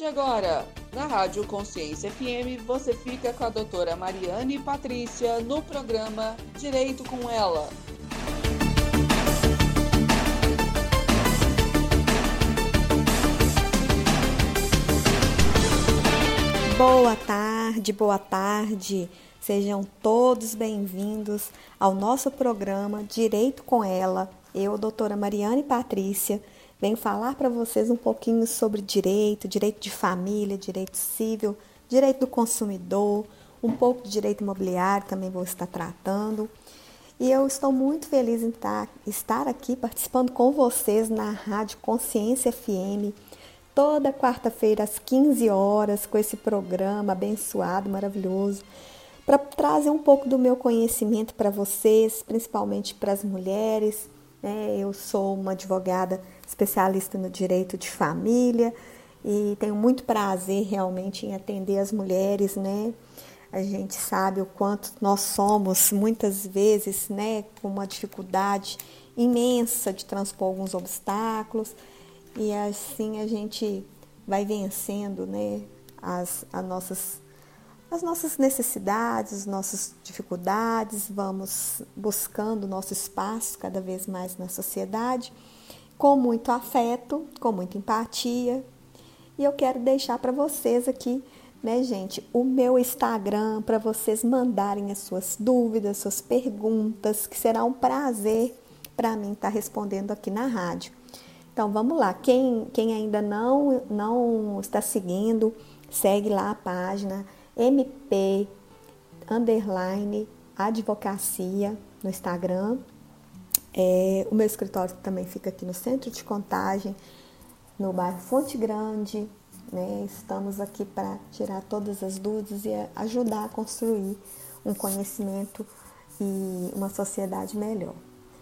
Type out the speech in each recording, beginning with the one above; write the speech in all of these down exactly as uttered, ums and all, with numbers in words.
agora, na Rádio Consciência F M, você fica com a doutora Mariane Patrícia no programa Direito com Ela. Boa tarde, boa tarde. Sejam todos bem-vindos ao nosso programa Direito com Ela. Eu, doutora Mariane Patrícia, venho falar para vocês um pouquinho sobre direito, direito de família, direito civil, direito do consumidor, um pouco de direito imobiliário também vou estar tratando. E eu estou muito feliz em estar aqui participando com vocês na Rádio Consciência F M, toda quarta-feira às quinze horas, com esse programa abençoado, maravilhoso, para trazer um pouco do meu conhecimento para vocês, principalmente para as mulheres. Né? Eu sou uma advogada especialista no direito de família e tenho muito prazer realmente em atender as mulheres, né? A gente sabe o quanto nós somos, muitas vezes, né, com uma dificuldade imensa de transpor alguns obstáculos, e assim a gente vai vencendo, né, as, as, nossas, as nossas necessidades, as nossas dificuldades, vamos buscando o nosso espaço cada vez mais na sociedade, com muito afeto, com muita empatia. E eu quero deixar para vocês aqui, né, gente, o meu Instagram, para vocês mandarem as suas dúvidas, suas perguntas, que será um prazer para mim estar respondendo aqui na rádio. Então, vamos lá. Quem, quem ainda não, não está seguindo, segue lá a página M P underline advocacia no Instagram. É, o meu escritório também fica aqui no Centro de Contagem, no bairro Fonte Grande. Né? Estamos aqui para tirar todas as dúvidas e ajudar a construir um conhecimento e uma sociedade melhor.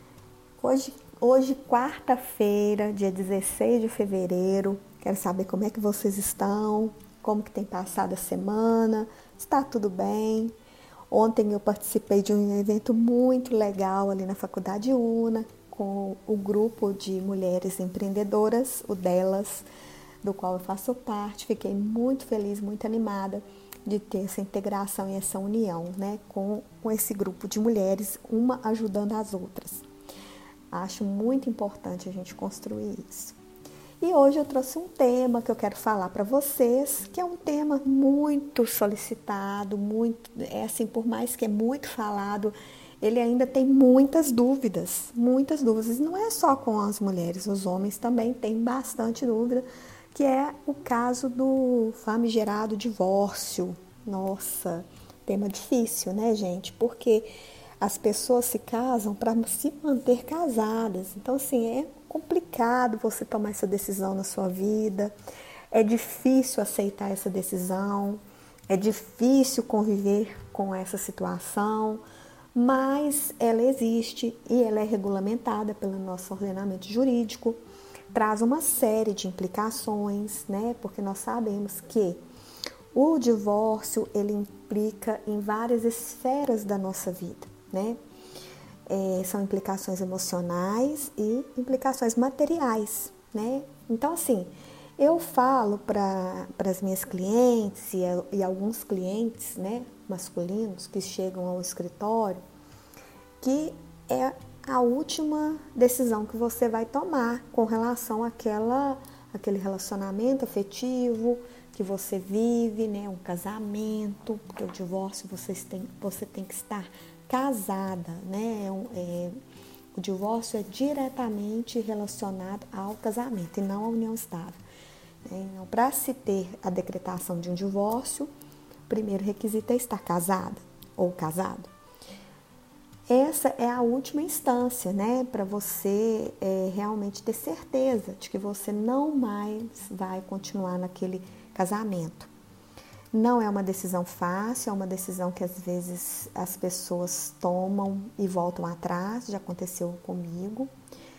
Hoje, hoje quarta-feira, dia dezesseis de fevereiro, quero saber como é que vocês estão, como que tem passado a semana, está tudo bem? Ontem eu participei de um evento muito legal ali na Faculdade UNA, com o grupo de mulheres empreendedoras, o delas, do qual eu faço parte. Fiquei muito feliz, muito animada de ter essa integração e essa união, né, com, com esse grupo de mulheres, uma ajudando as outras. Acho muito importante a gente construir isso. E hoje eu trouxe um tema que eu quero falar para vocês, que é um tema muito solicitado, muito, é assim, por mais que é muito falado, ele ainda tem muitas dúvidas, muitas dúvidas. Não é só com as mulheres, os homens também têm bastante dúvida, que é o caso do famigerado divórcio. Nossa, tema difícil, né, gente? Porque as pessoas se casam para se manter casadas. Então, assim, é complicado você tomar essa decisão na sua vida, é difícil aceitar essa decisão, é difícil conviver com essa situação, mas ela existe e ela é regulamentada pelo nosso ordenamento jurídico, traz uma série de implicações, né? Porque nós sabemos que o divórcio, ele implica em várias esferas da nossa vida, né? É, são implicações emocionais e implicações materiais, né? Então, assim, eu falo para as minhas clientes e, e alguns clientes, né, masculinos que chegam ao escritório, que é a última decisão que você vai tomar com relação àquela, àquele relacionamento afetivo que você vive, né, um casamento, porque o divórcio você tem, você tem que estar casada, né? É, o divórcio é diretamente relacionado ao casamento e não à união estável. Então, para se ter a decretação de um divórcio, o primeiro requisito é estar casada ou casado. Essa é a última instância, né? Para você é, realmente ter certeza de que você não mais vai continuar naquele casamento. Não é uma decisão fácil, é uma decisão que às vezes as pessoas tomam e voltam atrás, já aconteceu comigo,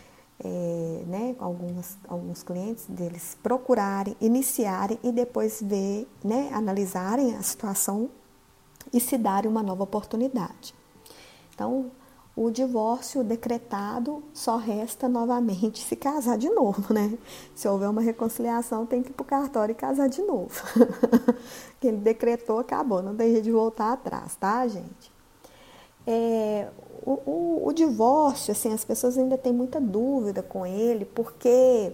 é, né? Alguns, alguns clientes deles procurarem, iniciarem e depois ver, né? Analisarem a situação e se darem uma nova oportunidade. Então, o divórcio decretado, só resta novamente se casar de novo, né? Se houver uma reconciliação, tem que ir para o cartório e casar de novo. Que ele decretou, acabou, não tem jeito de voltar atrás, tá, gente? É, o, o, o divórcio, assim, as pessoas ainda têm muita dúvida com ele, porque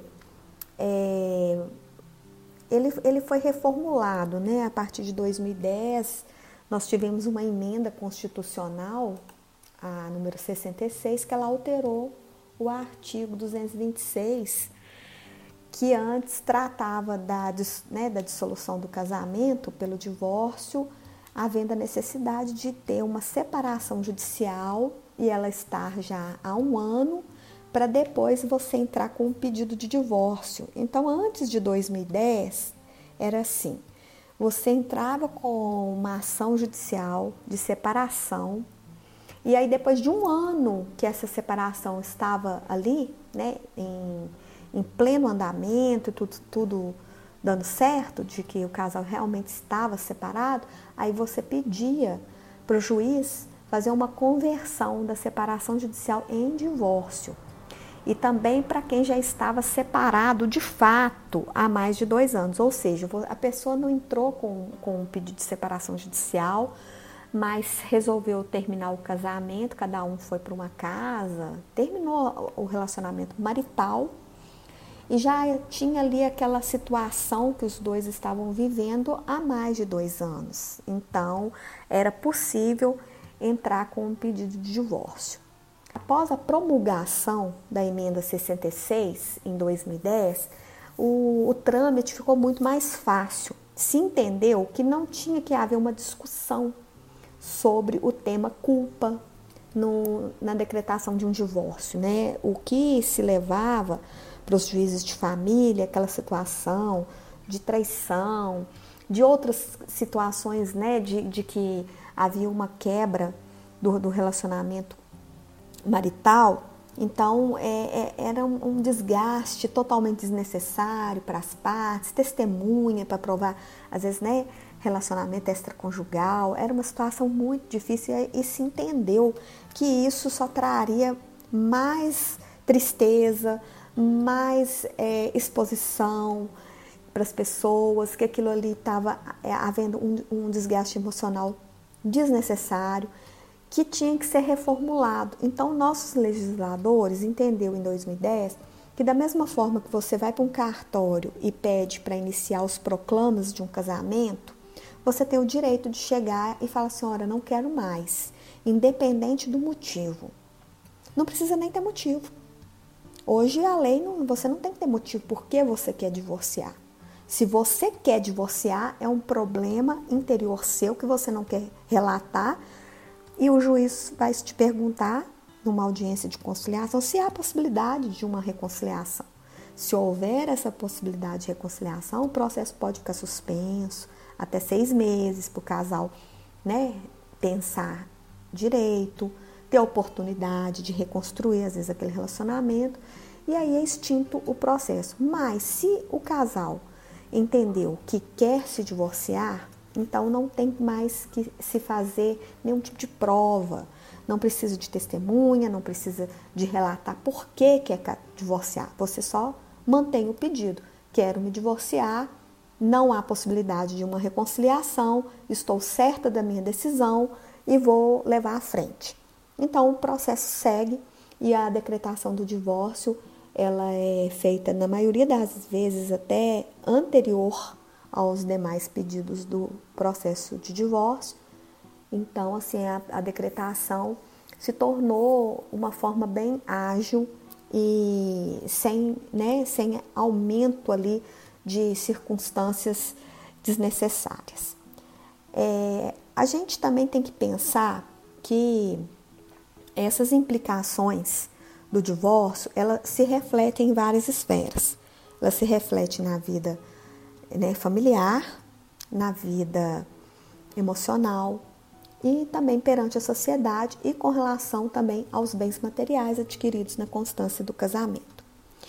é, ele, ele foi reformulado, né? A partir de dois mil e dez, nós tivemos uma emenda constitucional, a número sessenta e seis, que ela alterou o artigo duzentos e vinte e seis, que antes tratava da, né, da dissolução do casamento pelo divórcio, havendo a necessidade de ter uma separação judicial e ela estar já há um ano, para depois você entrar com um pedido de divórcio. Então, antes de dois mil e dez, era assim, você entrava com uma ação judicial de separação, e aí depois de um ano que essa separação estava ali, né, em, em pleno andamento, tudo, tudo dando certo, de que o casal realmente estava separado, aí você pedia para o juiz fazer uma conversão da separação judicial em divórcio. E também para quem já estava separado de fato há mais de dois anos, ou seja, a pessoa não entrou com, com um pedido de separação judicial, mas resolveu terminar o casamento, cada um foi para uma casa, terminou o relacionamento marital e já tinha ali aquela situação que os dois estavam vivendo há mais de dois anos. Então, era possível entrar com um pedido de divórcio. Após a promulgação da emenda sessenta e seis, em dois mil e dez, o, o trâmite ficou muito mais fácil. Se entendeu que não tinha que haver uma discussão sobre o tema culpa no, na decretação de um divórcio, né? O que se levava para os juízes de família, aquela situação de traição, de outras situações, né? De, de que havia uma quebra do, do relacionamento marital. Então, é, é, era um, um desgaste totalmente desnecessário para as partes, testemunha para provar, às vezes, né? Relacionamento extraconjugal, era uma situação muito difícil e se entendeu que isso só traria mais tristeza, mais é, exposição para as pessoas, que aquilo ali estava é, havendo um, um desgaste emocional desnecessário, que tinha que ser reformulado. Então, nossos legisladores entenderam em dois mil e dez que da mesma forma que você vai para um cartório e pede para iniciar os proclamas de um casamento, você tem o direito de chegar e falar assim, olha, não quero mais, independente do motivo. Não precisa nem ter motivo. Hoje a lei, não, você não tem que ter motivo por que você quer divorciar. Se você quer divorciar, é um problema interior seu que você não quer relatar e o juiz vai te perguntar, numa audiência de conciliação, se há possibilidade de uma reconciliação. Se houver essa possibilidade de reconciliação, o processo pode ficar suspenso até seis meses para o casal, né, pensar direito, ter a oportunidade de reconstruir, às vezes, aquele relacionamento, e aí é extinto o processo. Mas se o casal entendeu que quer se divorciar, então não tem mais que se fazer nenhum tipo de prova, não precisa de testemunha, não precisa de relatar por que quer divorciar, você só mantém o pedido, quero me divorciar, não há possibilidade de uma reconciliação, estou certa da minha decisão e vou levar à frente. Então, o processo segue e a decretação do divórcio, ela é feita, na maioria das vezes, até anterior aos demais pedidos do processo de divórcio. Então, assim, a, a decretação se tornou uma forma bem ágil e sem, né, sem aumento ali de circunstâncias desnecessárias. É, a gente também tem que pensar que essas implicações do divórcio, elas se refletem em várias esferas. Elas se refletem na vida, né, familiar, na vida emocional e também perante a sociedade e com relação também aos bens materiais adquiridos na constância do casamento.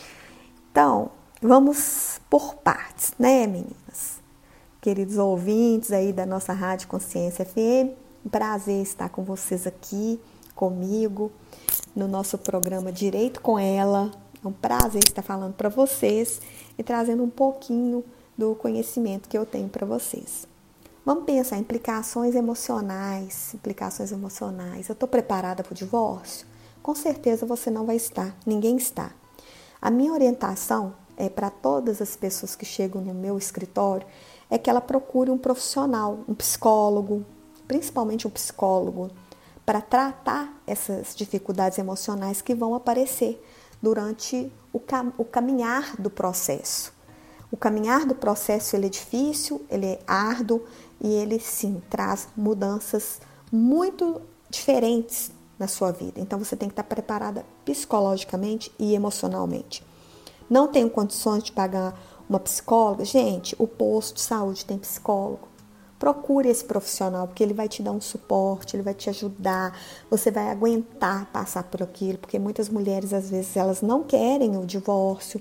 Então, vamos por partes, né, meninas? Queridos ouvintes aí da nossa Rádio Consciência F M, um prazer estar com vocês aqui, comigo. no nosso programa Direito com Ela. É um prazer estar falando para vocês e trazendo um pouquinho do conhecimento que eu tenho para vocês. Vamos pensar em implicações emocionais, implicações emocionais. Eu estou preparada para o divórcio? Com certeza você não vai estar, ninguém está. A minha orientação é para todas as pessoas que chegam no meu escritório, é que ela procure um profissional, um psicólogo, principalmente um psicólogo, para tratar essas dificuldades emocionais que vão aparecer durante o, cam- o caminhar do processo. O caminhar do processo ele é difícil, ele é árduo e ele sim traz mudanças muito diferentes na sua vida. Então você tem que estar preparada psicologicamente e emocionalmente. Não tenho condições de pagar uma psicóloga? Gente, o posto de saúde tem psicólogo. Procure esse profissional, porque ele vai te dar um suporte, ele vai te ajudar, você vai aguentar passar por aquilo, porque muitas mulheres, às vezes, elas não querem o divórcio,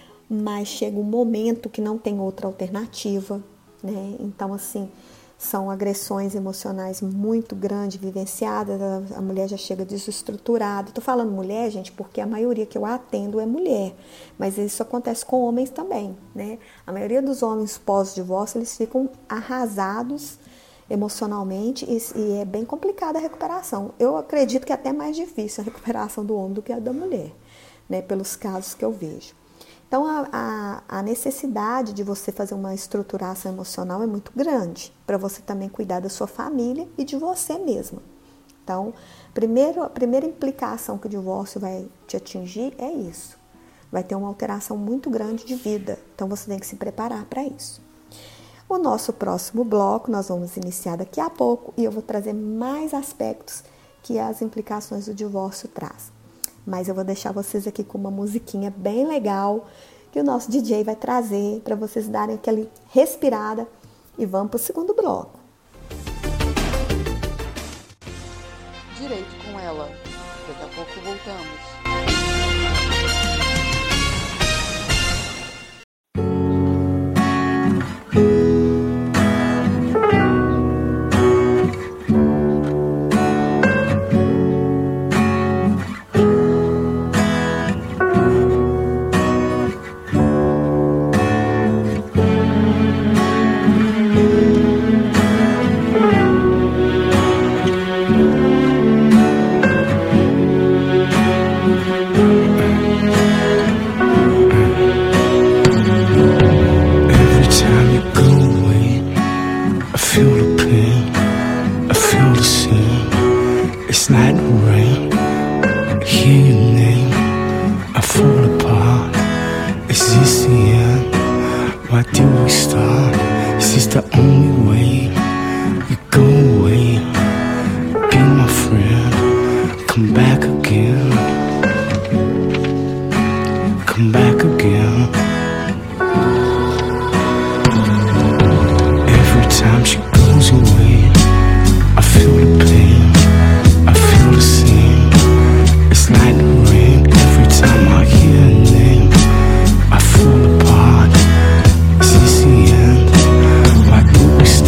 mas chega um momento que não tem outra alternativa, né? Então, assim, são agressões emocionais muito grandes, vivenciadas, a mulher já chega desestruturada. Estou falando mulher, gente, porque a maioria que eu atendo é mulher, mas isso acontece com homens também, né? A maioria dos homens pós-divórcio, eles ficam arrasados emocionalmente e, e é bem complicada a recuperação. Eu acredito que é até mais difícil a recuperação do homem do que a da mulher, né? Pelos casos que eu vejo. Então, a, a, a necessidade de você fazer uma estruturação emocional é muito grande, para você também cuidar da sua família e de você mesma. Então, primeiro, a primeira implicação que o divórcio vai te atingir é isso. Vai ter uma alteração muito grande de vida, então você tem que se preparar para isso. O nosso próximo bloco, nós vamos iniciar daqui a pouco e eu vou trazer mais aspectos que as implicações do divórcio trazem. Mas eu vou deixar vocês aqui com uma musiquinha bem legal que o nosso D J vai trazer para vocês darem aquela respirada e vamos para o segundo bloco. Direito com Ela. Daqui a pouco voltamos.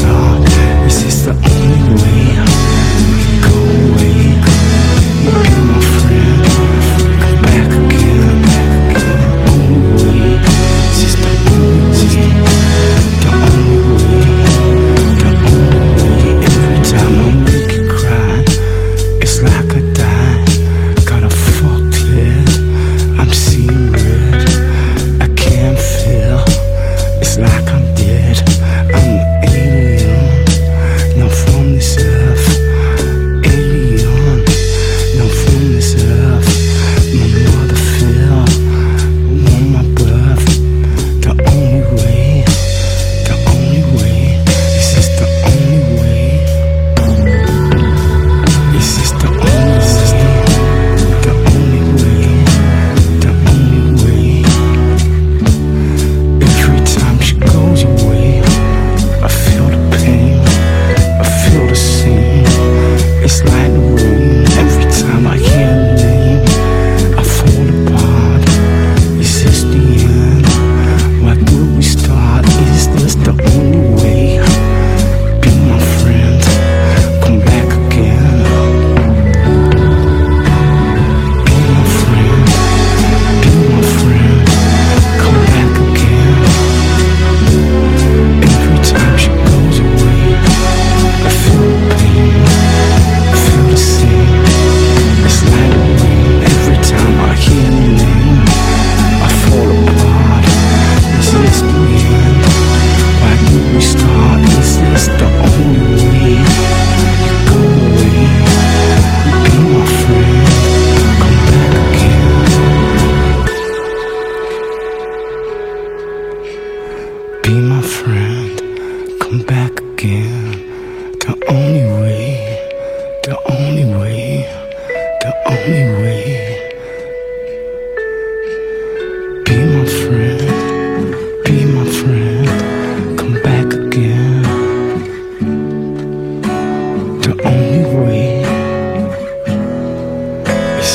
Come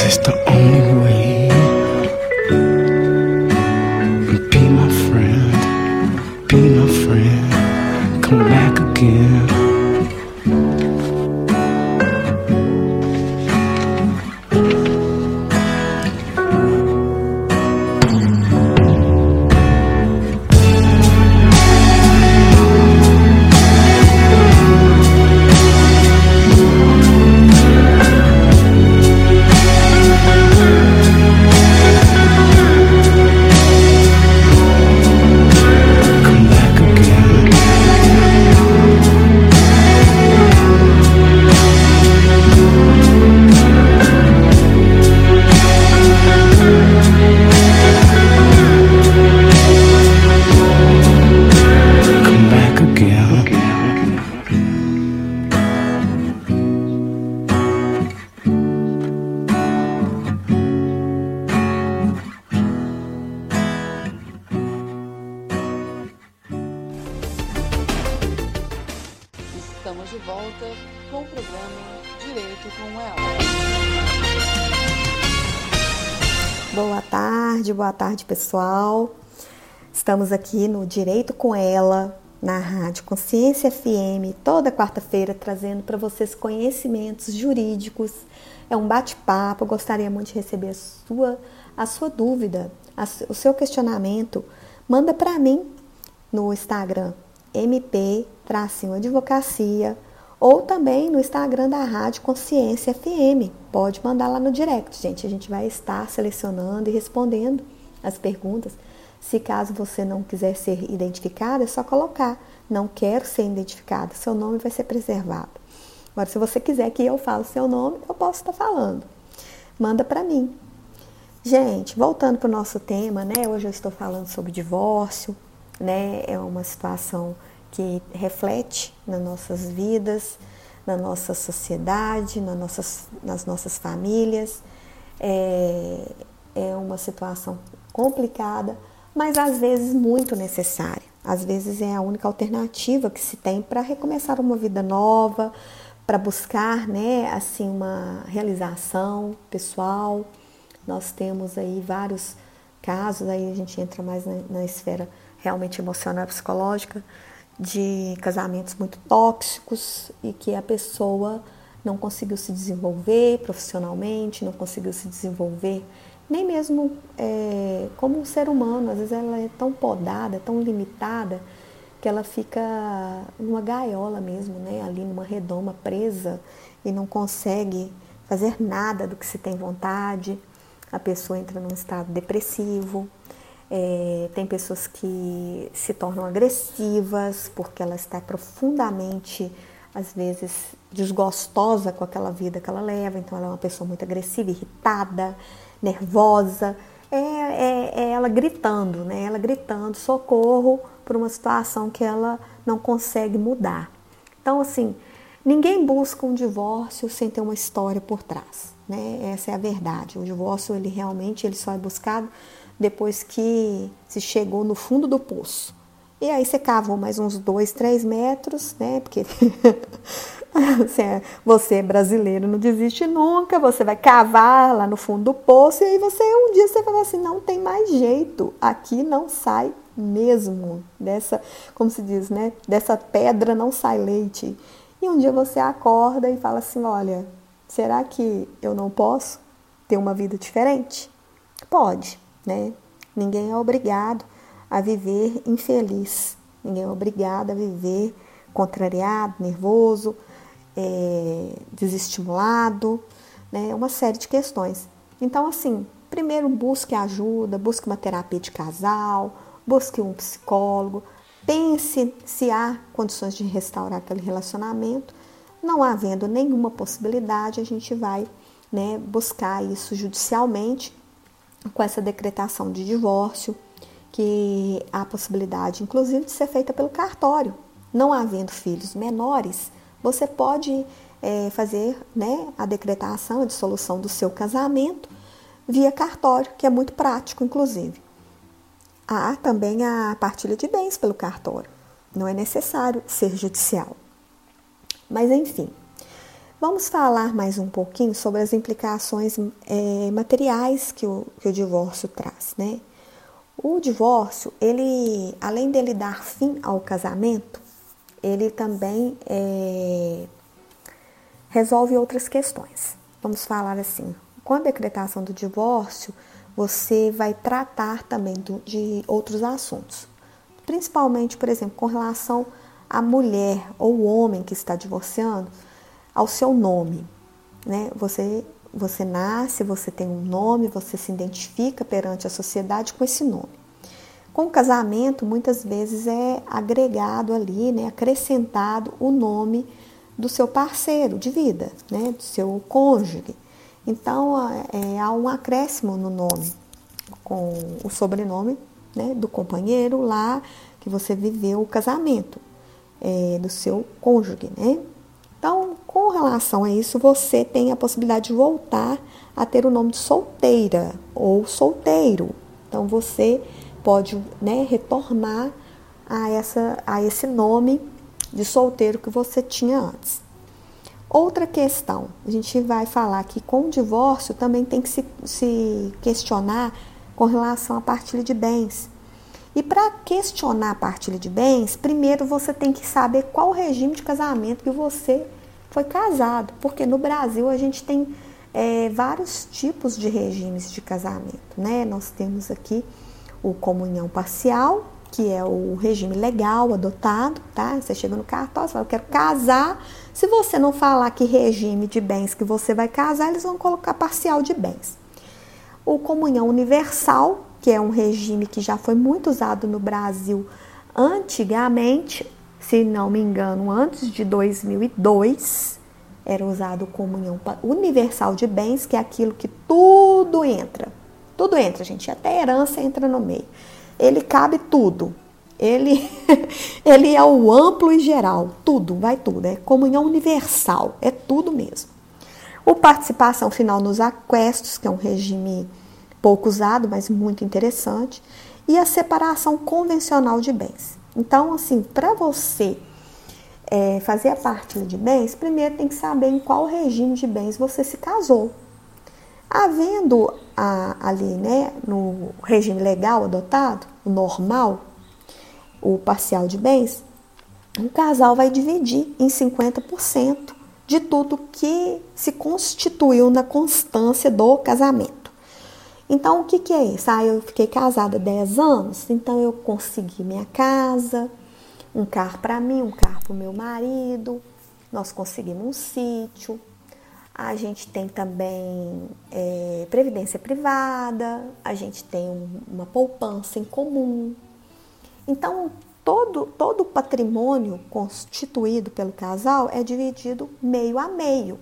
it's the only way. Be my friend, be my friend, come back again. Estamos de volta com o programa Direito com Ela. Boa tarde, boa tarde, pessoal. Estamos aqui no Direito com Ela, na Rádio Consciência F M, toda quarta-feira, trazendo para vocês conhecimentos jurídicos. É um bate-papo, eu gostaria muito de receber a sua, a sua dúvida, a, o seu questionamento. Manda para mim no Instagram, M P Advocacia, ou também no Instagram da Rádio Consciência F M. Pode mandar lá no direct, gente. A gente vai estar selecionando e respondendo as perguntas. Se caso você não quiser ser identificada, é só colocar não quero ser identificada. Seu nome vai ser preservado. Agora, se você quiser que eu fale seu nome, eu posso estar falando. Manda para mim. Gente, voltando para o nosso tema, né? Hoje eu estou falando sobre divórcio, né? É uma situação que reflete nas nossas vidas, na nossa sociedade, nas nossas, nas nossas famílias. É, é uma situação complicada, mas às vezes muito necessária. Às vezes é a única alternativa que se tem para recomeçar uma vida nova, para buscar, né, assim, uma realização pessoal. Nós temos aí vários casos, aí a gente entra mais na, na esfera realmente emocional e psicológica, de casamentos muito tóxicos e que a pessoa não conseguiu se desenvolver profissionalmente, não conseguiu se desenvolver nem mesmo é, como um ser humano. Às vezes ela é tão podada, tão limitada, que ela fica numa gaiola mesmo, né? Ali numa redoma presa e não consegue fazer nada do que se tem vontade. A pessoa entra num estado depressivo. É, tem pessoas que se tornam agressivas porque ela está profundamente, às vezes, desgostosa com aquela vida que ela leva. Então ela é uma pessoa muito agressiva, irritada, nervosa. É, é, é ela gritando, né? Ela gritando socorro por uma situação que ela não consegue mudar. Então, assim, ninguém busca um divórcio sem ter uma história por trás, né? Essa é a verdade. O divórcio, ele realmente ele só é buscado depois que se chegou no fundo do poço. E aí você cavou mais uns dois, três metros, né? Porque você é brasileiro, não desiste nunca. Você vai cavar lá no fundo do poço e aí você um dia você fala assim, não tem mais jeito. Aqui não sai mesmo. Dessa, como se diz, né? Dessa pedra não sai leite. E um dia você acorda e fala assim, olha, será que eu não posso ter uma vida diferente? Pode. Né? Ninguém é obrigado a viver infeliz, ninguém é obrigado a viver contrariado, nervoso, é, desestimulado, né? Uma série de questões. Então, assim, primeiro busque ajuda, busque uma terapia de casal, busque um psicólogo, pense se há condições de restaurar aquele relacionamento. Não havendo nenhuma possibilidade, a gente vai, né, buscar isso judicialmente, com essa decretação de divórcio, que há a possibilidade, inclusive, de ser feita pelo cartório. Não havendo filhos menores, você pode é, fazer, né, a decretação, a dissolução do seu casamento via cartório, que é muito prático, inclusive. Há também a partilha de bens pelo cartório. Não é necessário ser judicial. Mas, enfim, Vamos falar mais um pouquinho sobre as implicações é, materiais que o, que o divórcio traz, né? O divórcio, ele, além dele dar fim ao casamento, ele também é, resolve outras questões. Vamos falar assim, com a decretação do divórcio, você vai tratar também do, de outros assuntos. Principalmente, por exemplo, com relação à mulher ou o homem que está divorciando, ao seu nome, né? Você, você nasce, você tem um nome, você se identifica perante a sociedade com esse nome. Com o casamento, muitas vezes é agregado ali, né? Acrescentado o nome do seu parceiro de vida, né? Do seu cônjuge. Então, é, há um acréscimo no nome, com o sobrenome, né? Do companheiro lá que você viveu o casamento, é, do seu cônjuge, né? Então, com relação a isso, você tem a possibilidade de voltar a ter o nome de solteira ou solteiro. Então, você pode, né, retornar a, essa, a esse nome de solteiro que você tinha antes. Outra questão, a gente vai falar que com o divórcio também tem que se, se questionar com relação à partilha de bens. E para questionar a partilha de bens, primeiro você tem que saber qual regime de casamento que você foi casado. Porque no Brasil a gente tem é, vários tipos de regimes de casamento, né? Nós temos aqui o comunhão parcial, que é o regime legal adotado, tá? Você chega no cartório, você fala, eu quero casar. Se você não falar que regime de bens que você vai casar, eles vão colocar parcial de bens. O comunhão universal, que é um regime que já foi muito usado no Brasil antigamente, se não me engano, antes de dois mil e dois, era usado comunhão universal de bens, que é aquilo que tudo entra. Tudo entra, gente, até herança entra no meio. Ele cabe tudo. Ele, ele é o amplo e geral, tudo, vai tudo. É comunhão universal, é tudo mesmo. O participação final nos aquestos, que é um regime pouco usado, mas muito interessante, e a separação convencional de bens. Então, assim, para você é, fazer a partilha de bens, primeiro tem que saber em qual regime de bens você se casou. Havendo a, ali, né, no regime legal adotado, o normal, o parcial de bens, o casal vai dividir em cinquenta por cento de tudo que se constituiu na constância do casamento. Então, o que, que é isso? Ah, eu fiquei casada há dez anos, então eu consegui minha casa, um carro para mim, um carro para o meu marido, nós conseguimos um sítio, a gente tem também é, previdência privada, a gente tem um, uma poupança em comum. Então, todo, todo o patrimônio constituído pelo casal é dividido meio a meio.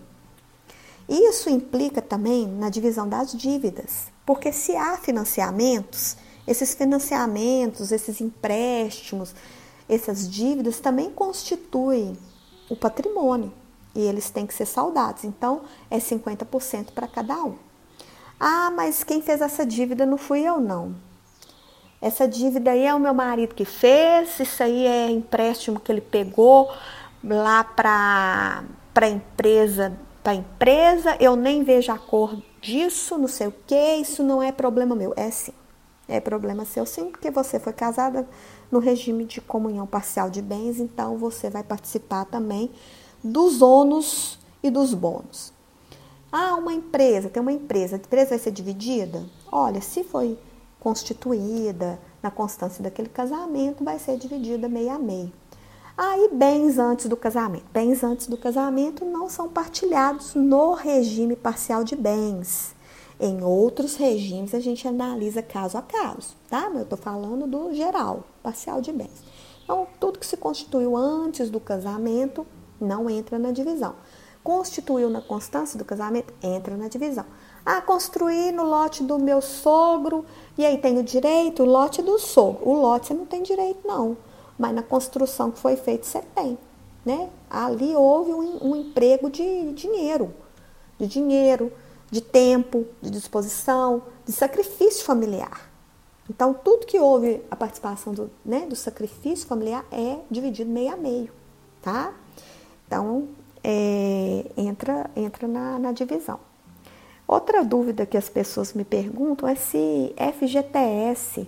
Isso implica também na divisão das dívidas. Porque se há financiamentos, esses financiamentos, esses empréstimos, essas dívidas também constituem o patrimônio e eles têm que ser saldados. Então, é cinquenta por cento para cada um. Ah, mas quem fez essa dívida não fui eu, não. Essa dívida aí é o meu marido que fez, isso aí é empréstimo que ele pegou lá para a empresa, para empresa, eu nem vejo a cor disso, não sei o que, isso não é problema meu. É sim, é problema seu sim, porque você foi casada no regime de comunhão parcial de bens, então você vai participar também dos ônus e dos bônus. Ah, uma empresa, tem uma empresa, a empresa vai ser dividida? Olha, se foi constituída na constância daquele casamento, vai ser dividida meio a meio. Aí, ah, bens antes do casamento. Bens antes do casamento não são partilhados no regime parcial de bens. Em outros regimes, a gente analisa caso a caso, tá? Mas eu tô falando do geral, parcial de bens. Então, tudo que se constituiu antes do casamento não entra na divisão. Constituiu na constância do casamento, entra na divisão. Ah, construí no lote do meu sogro, e aí tem o direito, o lote do sogro. O lote você não tem direito, não. Mas na construção que foi feita, você tem, né? Ali houve um, um emprego de dinheiro, de dinheiro, de tempo, de disposição, de sacrifício familiar. Então, tudo que houve a participação do, né, do sacrifício familiar é dividido meio a meio, tá? Então, é, entra, entra na, na divisão. Outra dúvida que as pessoas me perguntam é se F G T S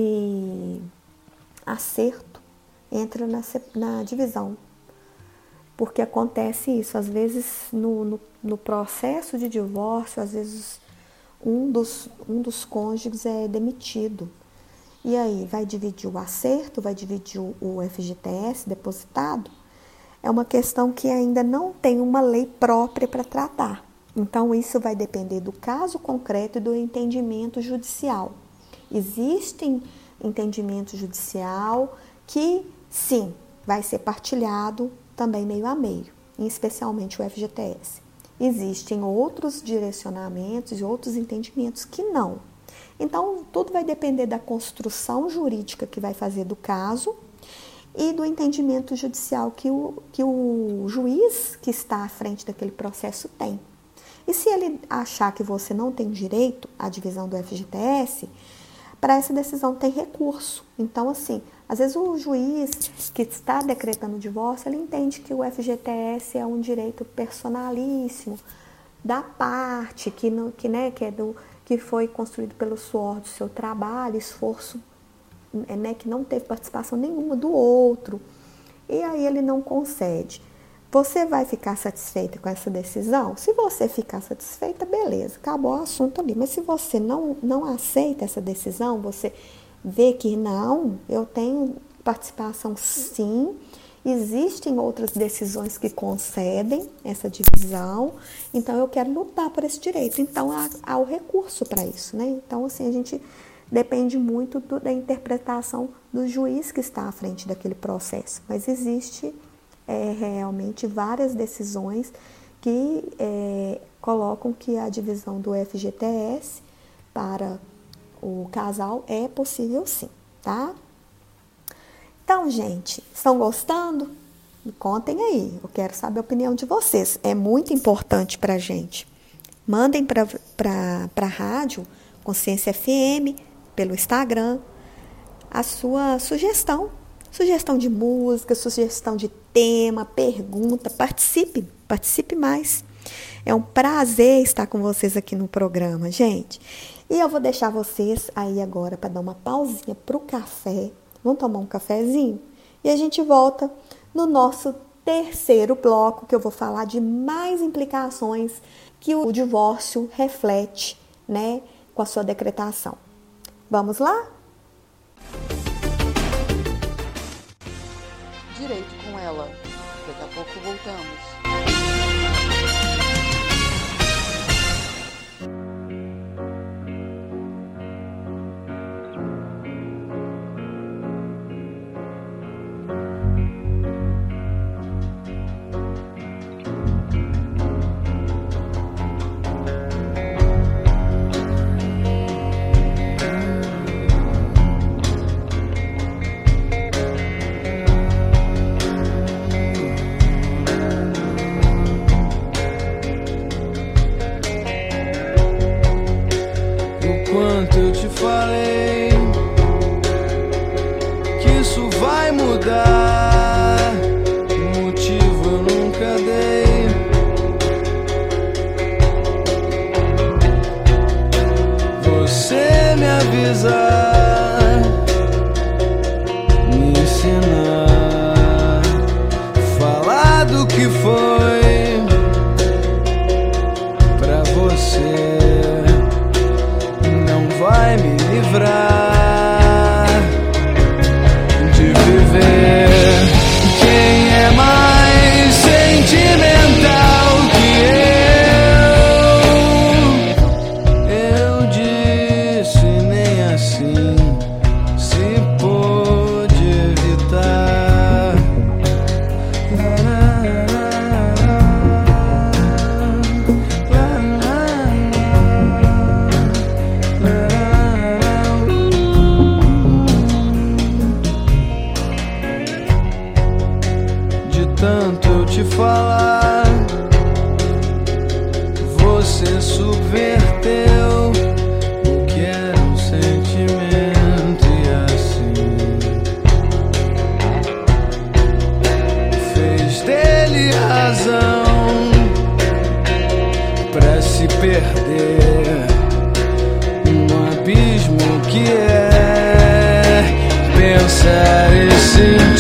e acerto entra na, na divisão. Porque acontece isso, às vezes no, no, no processo de divórcio, às vezes um dos, um dos cônjuges é demitido. E aí, vai dividir o acerto, vai dividir o F G T S depositado? É uma questão que ainda não tem uma lei própria para tratar. Então, isso vai depender do caso concreto e do entendimento judicial. Existem entendimento judicial que, sim, vai ser partilhado também meio a meio, especialmente o F G T S. Existem outros direcionamentos e outros entendimentos que não. Então, tudo vai depender da construção jurídica que vai fazer do caso e do entendimento judicial que o, que o juiz que está à frente daquele processo tem. E se ele achar que você não tem direito à divisão do F G T S, para essa decisão tem recurso. Então, assim, às vezes o juiz que está decretando o divórcio, ele entende que o F G T S é um direito personalíssimo da parte, que, não, que, né, que, é do, que foi construído pelo suor do seu trabalho, esforço, né, que não teve participação nenhuma do outro. E aí ele não concede. Você vai ficar satisfeita com essa decisão? Se você ficar satisfeita, beleza, acabou o assunto ali. Mas se você não, não aceita essa decisão, você vê que não, eu tenho participação sim, existem outras decisões que concedem essa divisão, então eu quero lutar por esse direito. Então há, há o recurso para isso, né? Então, assim, a gente depende muito do, da interpretação do juiz que está à frente daquele processo, mas existe É, realmente várias decisões que é, colocam que a divisão do F G T S para o casal é possível sim, tá? Então, gente, estão gostando? Me contem aí, eu quero saber a opinião de vocês, é muito importante para a gente. Mandem para a rádio Consciência F M, pelo Instagram, a sua sugestão. Sugestão de música, sugestão de tema, pergunta, participe, participe mais. É um prazer estar com vocês aqui no programa, gente. E eu vou deixar vocês aí agora para dar uma pausinha para o café. Vamos tomar um cafezinho? E a gente volta no nosso terceiro bloco, que eu vou falar de mais implicações que o divórcio reflete, né, com a sua decretação. Vamos lá? Direito com ela. Daqui a pouco voltamos. Eu te falei que isso vai mudar, motivo eu nunca dei. Você me avisar, me ensinar, falar do que foi pra você, vai me livrar.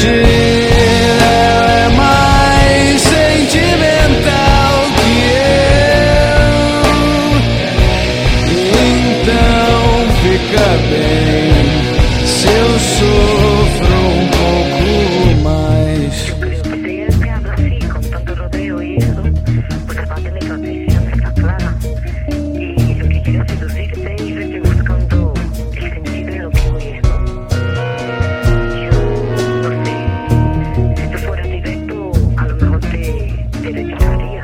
é mais sentimental que eu. Então fica bem se eu sofro um pouco mais. Yo creo que te he enviado así, con tanto rodeo y eso, pues aparte mi condición está clara. Y lo que quiero es seducirte y verte buscando el sentido en lo que hoy es, ¿no? Yo no sé, si tú fueras directo, a lo mejor te, te rechazaría.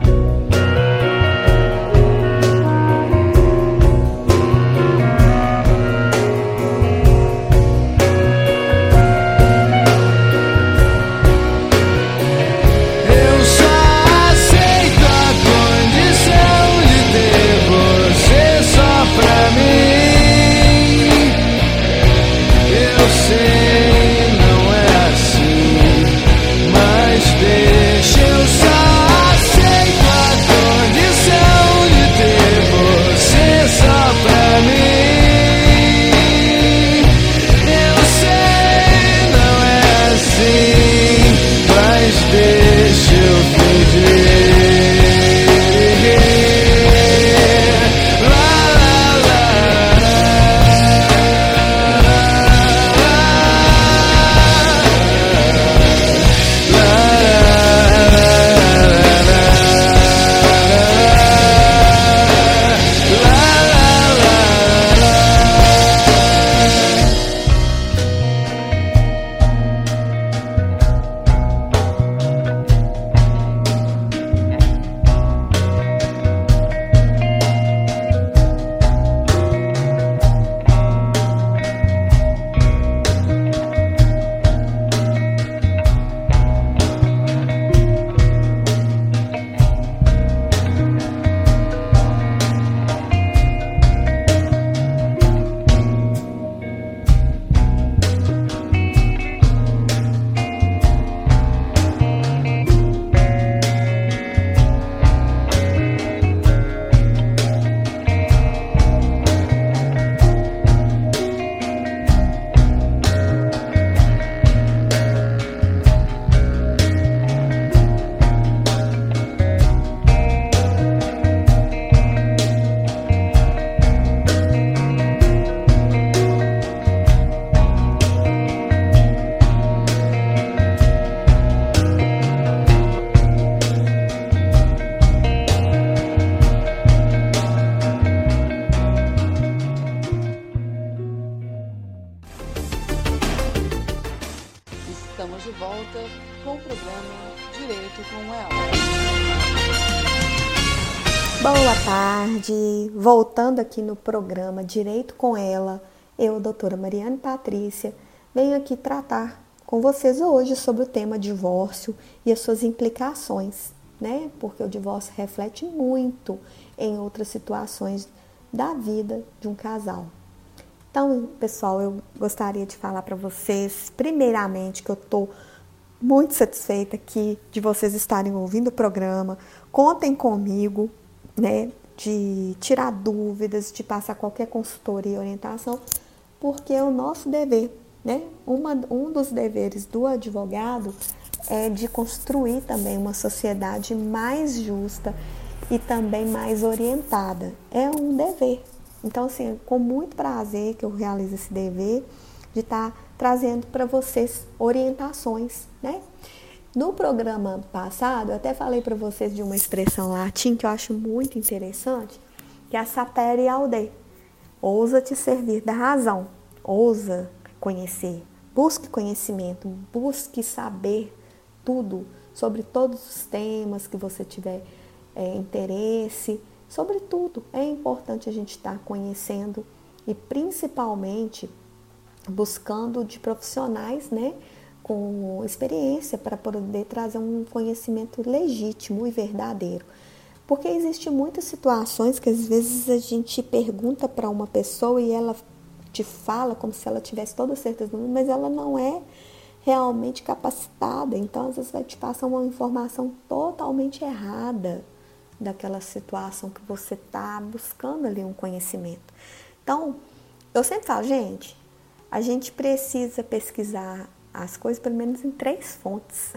Eu só aceito a condição de ter você só pra mim. Eu sei, não é assim, mas deixa. Eu só aceito a condição de ter você só pra mim. Eu sei, não é assim, mas deixa eu fingir. Lá, lá, lá, Estamos de volta com o programa Direito com Ela. Boa tarde, voltando aqui no programa Direito com Ela, eu, doutora Mariane Patrícia, venho aqui tratar com vocês hoje sobre o tema divórcio e as suas implicações, né? Porque o divórcio reflete muito em outras situações da vida de um casal. Então, pessoal, eu gostaria de falar para vocês, primeiramente, que eu estou muito satisfeita aqui de vocês estarem ouvindo o programa. Contem comigo, né, de tirar dúvidas, de passar qualquer consultoria e orientação, porque é o nosso dever, né? Uma, um dos deveres do advogado é de construir também uma sociedade mais justa e também mais orientada. É um dever. Então, assim, com muito prazer que eu realizo esse dever de estar trazendo para vocês orientações, né? No programa passado, eu até falei para vocês de uma expressão latim que eu acho muito interessante, que é a sapere aude. Ousa te servir da razão, ousa conhecer, busque conhecimento, busque saber tudo sobre todos os temas que você tiver é, interesse. Sobre tudo, é importante a gente estar conhecendo e principalmente buscando de profissionais, né, com experiência para poder trazer um conhecimento legítimo e verdadeiro. Porque existem muitas situações que às vezes a gente pergunta para uma pessoa e ela te fala como se ela tivesse toda a certeza do mundo, mas ela não é realmente capacitada. Então, às vezes vai te passar uma informação totalmente errada daquela situação que você está buscando ali um conhecimento. Então, eu sempre falo, gente, a gente precisa pesquisar as coisas pelo menos em três fontes.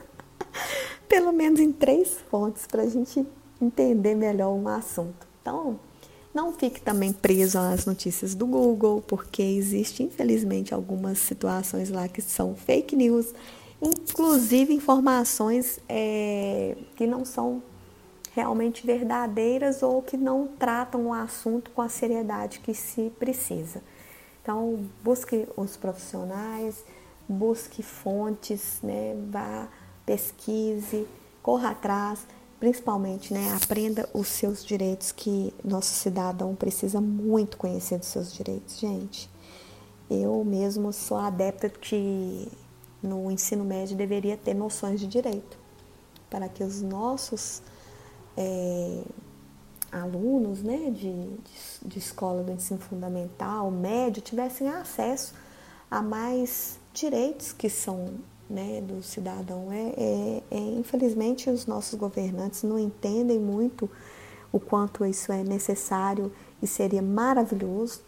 Pelo menos em três fontes para a gente entender melhor um assunto. Então, não fique também preso às notícias do Google, porque existe, infelizmente, algumas situações lá que são fake news, inclusive informações é, que não são realmente verdadeiras ou que não tratam o assunto com a seriedade que se precisa. Então, busque os profissionais, busque fontes, né, vá, pesquise, corra atrás, principalmente, né, aprenda os seus direitos, que nosso cidadão precisa muito conhecer dos seus direitos, gente. Eu mesmo sou adepta que no ensino médio deveria ter noções de direito, para que os nossos é, alunos, né, de, de, de escola do ensino fundamental, médio, tivessem acesso a mais direitos que são, né, do cidadão. É, é, é, infelizmente, os nossos governantes não entendem muito o quanto isso é necessário e seria maravilhoso,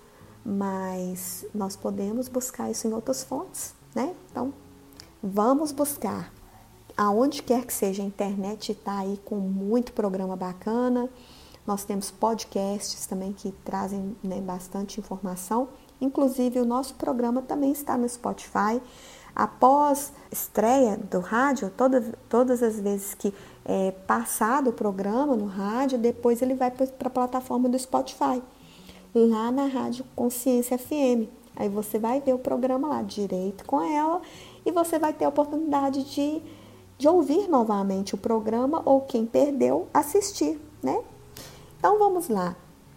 mas nós podemos buscar isso em outras fontes, né? Então, vamos buscar. Aonde quer que seja, a internet está aí com muito programa bacana. Nós temos podcasts também que trazem, né, bastante informação. Inclusive, o nosso programa também está no Spotify. Após estreia do rádio, toda, todas as vezes que é passado o programa no rádio, depois ele vai para a plataforma do Spotify, lá na Rádio Consciência F M. Aí você vai ver o programa lá, Direito com Ela, e você vai ter a oportunidade de, de ouvir novamente o programa, ou quem perdeu, assistir, né? Então, vamos lá.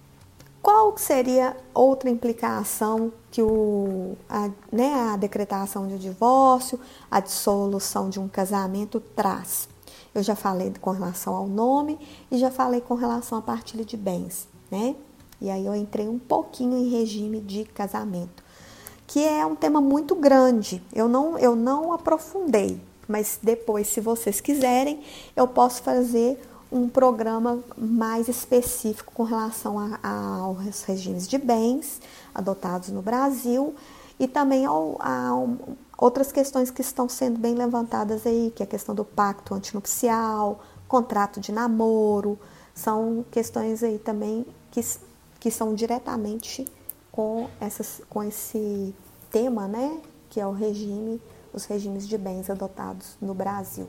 Qual seria outra implicação que o, a, né, a decretação de divórcio, a dissolução de um casamento traz? Eu já falei com relação ao nome e já falei com relação à partilha de bens, né? E aí eu entrei um pouquinho em regime de casamento, que é um tema muito grande. Eu não, eu não aprofundei, mas depois, se vocês quiserem, eu posso fazer um programa mais específico com relação a, a, aos regimes de bens adotados no Brasil e também ao, a outras questões que estão sendo bem levantadas aí, que é a questão do pacto antinupcial, contrato de namoro, são questões aí também que, que são diretamente com, essas, com esse tema, né, que é o regime, os regimes de bens adotados no Brasil.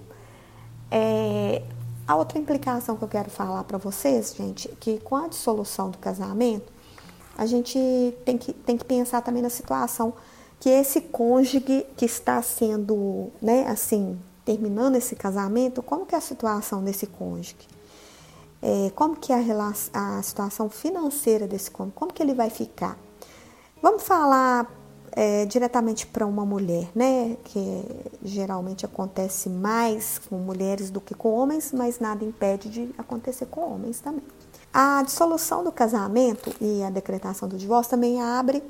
É, A outra implicação que eu quero falar para vocês, gente, é que com a dissolução do casamento, a gente tem que, tem que pensar também na situação que esse cônjuge que está sendo, né, assim, terminando esse casamento, como que é a situação desse cônjuge? É, como que é a, relação, a situação financeira desse cônjuge? Como que ele vai ficar? Vamos falar É, diretamente para uma mulher, né, que geralmente acontece mais com mulheres do que com homens, mas nada impede de acontecer com homens também. A dissolução do casamento e a decretação do divórcio também abre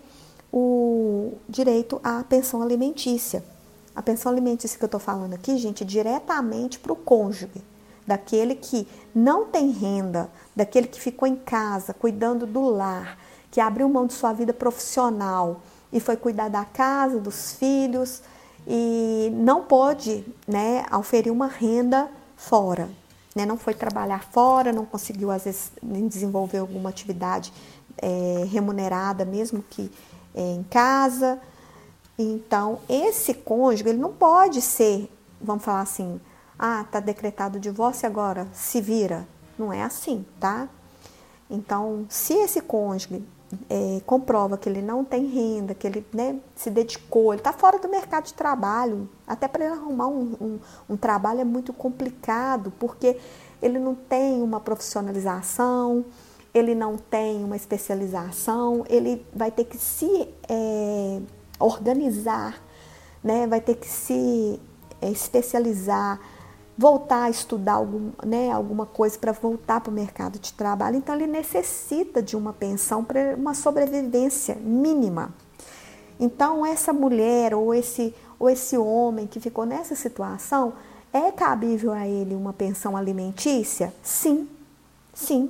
o direito à pensão alimentícia. A pensão alimentícia que eu estou falando aqui, gente, diretamente para o cônjuge, daquele que não tem renda, daquele que ficou em casa cuidando do lar, que abriu mão de sua vida profissional e foi cuidar da casa, dos filhos, e não pôde, né, oferir uma renda fora, né, não foi trabalhar fora, não conseguiu, às vezes, desenvolver alguma atividade é, remunerada, mesmo que é, em casa. Então, esse cônjuge, ele não pode ser, vamos falar assim, ah, está decretado o divórcio agora, se vira. Não é assim, tá? Então, se esse cônjuge É, comprova que ele não tem renda, que ele, né, se dedicou, ele está fora do mercado de trabalho, até para ele arrumar um, um, um trabalho é muito complicado, porque ele não tem uma profissionalização, ele não tem uma especialização, ele vai ter que se é, organizar, né, vai ter que se é, especializar, voltar a estudar algum, né, alguma coisa para voltar para o mercado de trabalho. Então, ele necessita de uma pensão para uma sobrevivência mínima. Então, essa mulher ou esse, ou esse homem que ficou nessa situação, é cabível a ele uma pensão alimentícia? Sim, sim.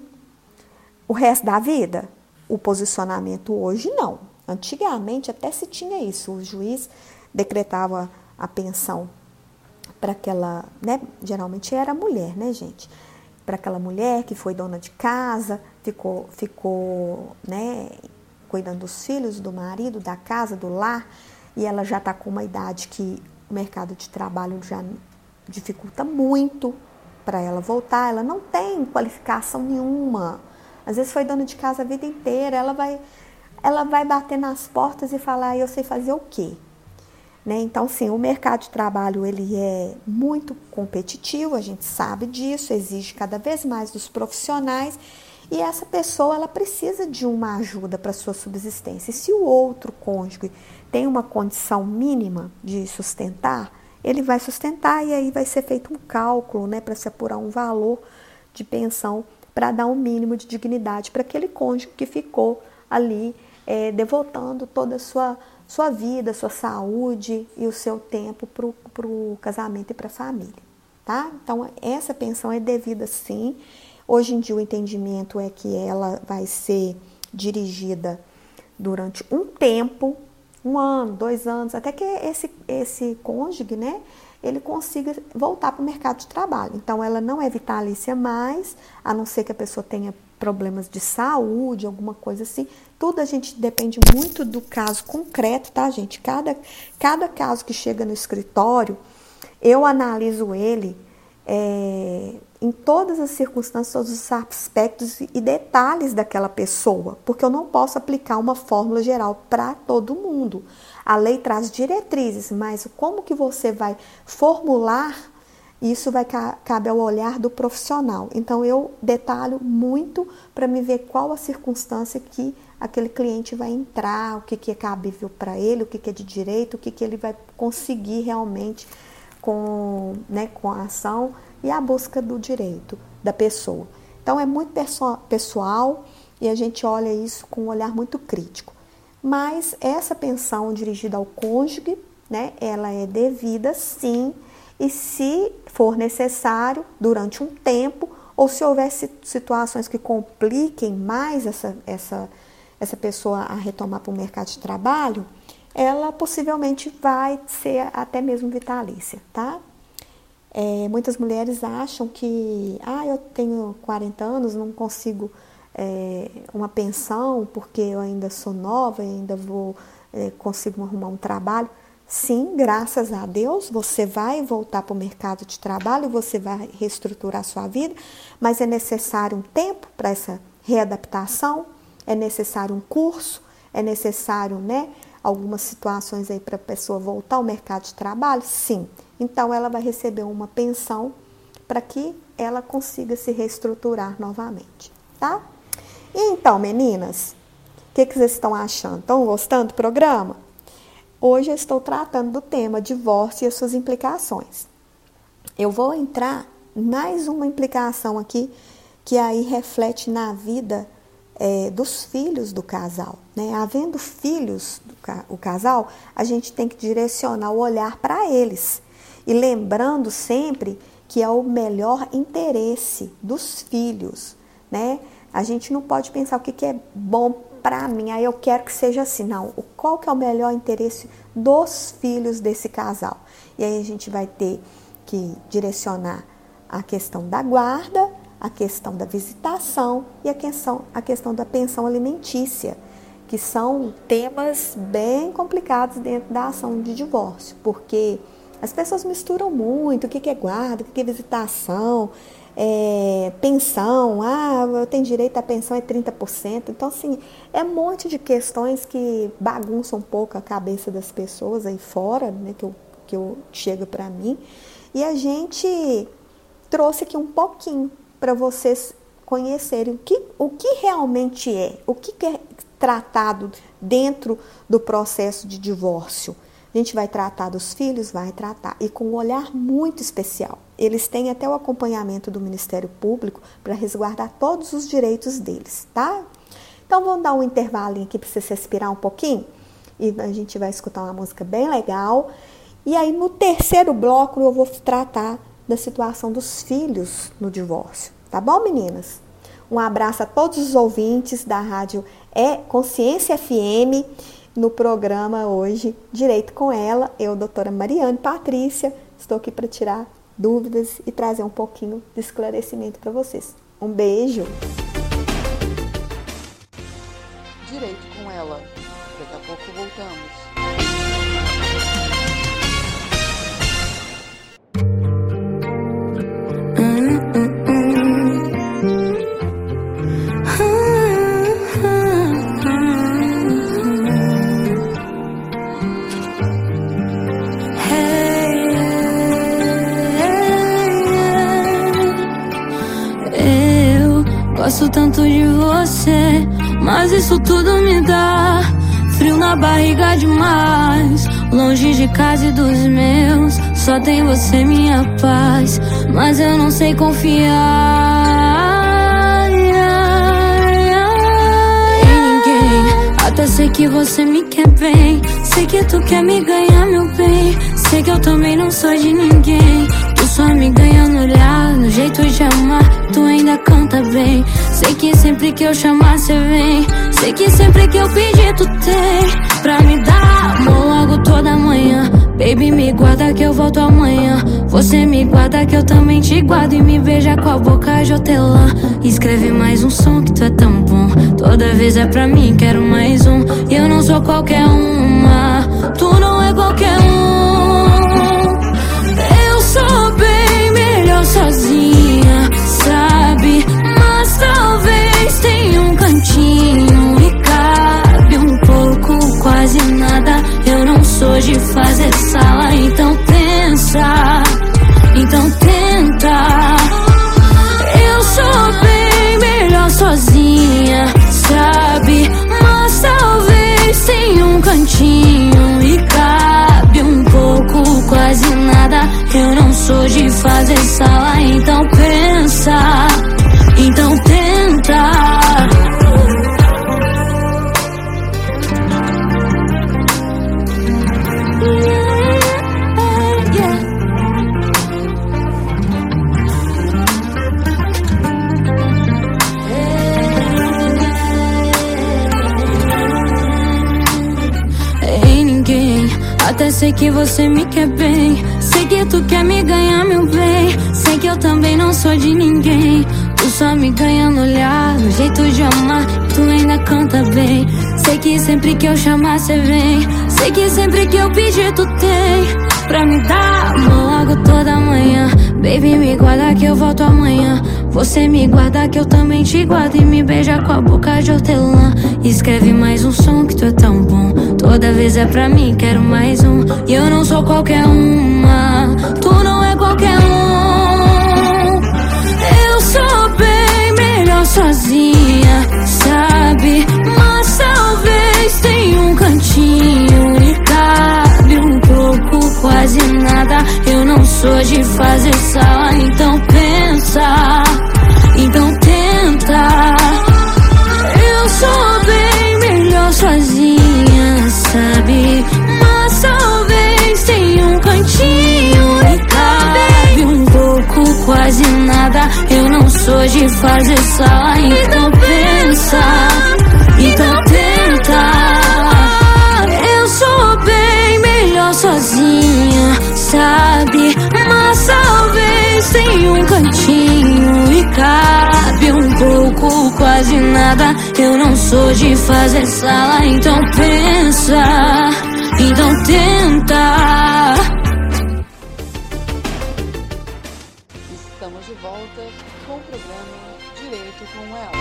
O resto da vida? O posicionamento hoje, não. Antigamente, até se tinha isso. O juiz decretava a pensão para aquela, né, geralmente era mulher, né, gente? Para aquela mulher que foi dona de casa, ficou, ficou, né, cuidando dos filhos, do marido, da casa, do lar, e ela já está com uma idade que o mercado de trabalho já dificulta muito para ela voltar, ela não tem qualificação nenhuma. Às vezes foi dona de casa a vida inteira, ela vai, ela vai bater nas portas e falar, eu sei fazer o quê? Né? Então, sim, o mercado de trabalho ele é muito competitivo, a gente sabe disso, exige cada vez mais dos profissionais e essa pessoa ela precisa de uma ajuda para a sua subsistência. E se o outro cônjuge tem uma condição mínima de sustentar, ele vai sustentar e aí vai ser feito um cálculo, né, para se apurar um valor de pensão para dar um mínimo de dignidade para aquele cônjuge que ficou ali é, devotando toda a sua, sua vida, sua saúde e o seu tempo para o casamento e para a família, tá? Então, essa pensão é devida sim. Hoje em dia o entendimento é que ela vai ser dirigida durante um tempo, um ano, dois anos, até que esse, esse cônjuge, né, ele consiga voltar para o mercado de trabalho. Então, ela não é vitalícia mais, a não ser que a pessoa tenha problemas de saúde, alguma coisa assim. Tudo a gente depende muito do caso concreto, tá, gente? Cada, cada caso que chega no escritório, eu analiso ele é, em todas as circunstâncias, todos os aspectos e detalhes daquela pessoa, porque eu não posso aplicar uma fórmula geral para todo mundo. A lei traz diretrizes, mas como que você vai formular, isso vai cabe ao olhar do profissional. Então, eu detalho muito para me ver qual a circunstância que aquele cliente vai entrar, o que, que é cabível para ele, o que, que é de direito, o que, que ele vai conseguir realmente com, né, com a ação e a busca do direito da pessoa. Então, é muito pessoal e a gente olha isso com um olhar muito crítico. Mas essa pensão dirigida ao cônjuge, né, ela é devida sim, e se for necessário, durante um tempo, ou se houver situações que compliquem mais essa, essa, essa pessoa a retomar para o mercado de trabalho, ela possivelmente vai ser até mesmo vitalícia, tá? É, muitas mulheres acham que, ah, eu tenho quarenta anos, não consigo é, uma pensão porque eu ainda sou nova e ainda vou, é, consigo arrumar um trabalho. Sim, graças a Deus, você vai voltar para o mercado de trabalho, você vai reestruturar a sua vida, mas é necessário um tempo para essa readaptação, é necessário um curso, é necessário, né, algumas situações aí para a pessoa voltar ao mercado de trabalho? Sim. Então, ela vai receber uma pensão para que ela consiga se reestruturar novamente, tá? E então, meninas, o que, que vocês estão achando? Estão gostando do programa? Hoje eu estou tratando do tema divórcio e as suas implicações. Eu vou entrar em mais uma implicação aqui, que aí reflete na vida é, dos filhos do casal, né? Havendo filhos do ca- o casal, a gente tem que direcionar o olhar para eles. E lembrando sempre que é o melhor interesse dos filhos, né? A gente não pode pensar o que, que é bom para mim, aí eu quero que seja assim. Não, qual que é o melhor interesse dos filhos desse casal? E aí a gente vai ter que direcionar a questão da guarda, a questão da visitação e a questão, a questão da pensão alimentícia, que são temas bem complicados dentro da ação de divórcio, porque as pessoas misturam muito o que é guarda, o que é visitação, é, pensão, ah, eu tenho direito à pensão, é trinta por cento. Então, assim, é um monte de questões que bagunçam um pouco a cabeça das pessoas aí fora, né, que, eu, que eu, chega para mim. E a gente trouxe aqui um pouquinho para vocês conhecerem o que, o que realmente é, o que é tratado dentro do processo de divórcio. A gente vai tratar dos filhos, vai tratar, e com um olhar muito especial. Eles têm até o acompanhamento do Ministério Público para resguardar todos os direitos deles, tá? Então, vamos dar um intervalinho aqui para você se respirar um pouquinho, e a gente vai escutar uma música bem legal. E aí, no terceiro bloco, eu vou tratar da situação dos filhos no divórcio. Tá bom, meninas? Um abraço a todos os ouvintes da rádio é Consciência F M. no programa hoje Direito com Ela. Eu, doutora Mariane Patrícia, estou aqui para tirar dúvidas e trazer um pouquinho de esclarecimento para vocês. Um beijo! Direito com Ela. Daqui a pouco voltamos. Gosto tanto de você, mas isso tudo me dá frio na barriga demais. Longe de casa e dos meus, só tem você minha paz. Mas eu não sei confiar em ninguém. Até sei que você me quer bem, sei que tu quer me ganhar, meu bem. Sei que eu também não sou de ninguém. Tu só me ganha no olhar, no jeito de amar, tu ainda canta bem. Sei que sempre que eu chamar cê vem, sei que sempre que eu pedir tu tem pra me dar amor logo toda manhã. Baby, me guarda que eu volto amanhã. Você me guarda que eu também te guardo. E me beija com a boca de hortelã. Escreve mais um som que tu é tão bom. Toda vez é pra mim, quero mais um. E eu não sou qualquer uma, tu não é qualquer um. Eu sou bem melhor sozinha, sabe? Mas talvez tenha um cantinho e cabe um pouco, quase nada. Eu não sou de fazer sala, então pensa, então tenta. Eu sou bem melhor sozinha, sabe? Mas talvez tenha um cantinho e cabe um pouco, quase nada. Eu não sou de fazer sala, então pensa, então tenta. Até sei que você me quer bem, sei que tu quer me ganhar, meu bem. Sei que eu também não sou de ninguém. Tu só me ganha no olhar, no jeito de amar, tu ainda canta bem. Sei que sempre que eu chamar cê vem, sei que sempre que eu pedir tu tem pra me dar amor logo toda manhã. Baby, me guarda que eu volto amanhã. Você me guarda que eu também te guardo. E me beija com a boca de hortelã. Escreve mais um som que tu é tão bom. Toda vez é pra mim, quero mais um. E eu não sou qualquer uma, tu não é qualquer um. Eu sou bem melhor sozinha, sabe? Mas talvez tenha um cantinho e cabe um pouco, quase nada. Eu não sou de fazer sala, então pensa, então tenta. Eu sou bem melhor sozinha, sabe? Mas talvez tenha um cantinho e cabe um pouco, quase nada. Eu não sou de fazer sala, então pensa, então tenta. Eu sou bem melhor sozinha, sabe? Mas talvez tenha um cantinho e cabe um pouco, quase nada. Eu não sou de fazer sala, então pensa, então tenta. Estamos de volta com o programa Direito com Ela.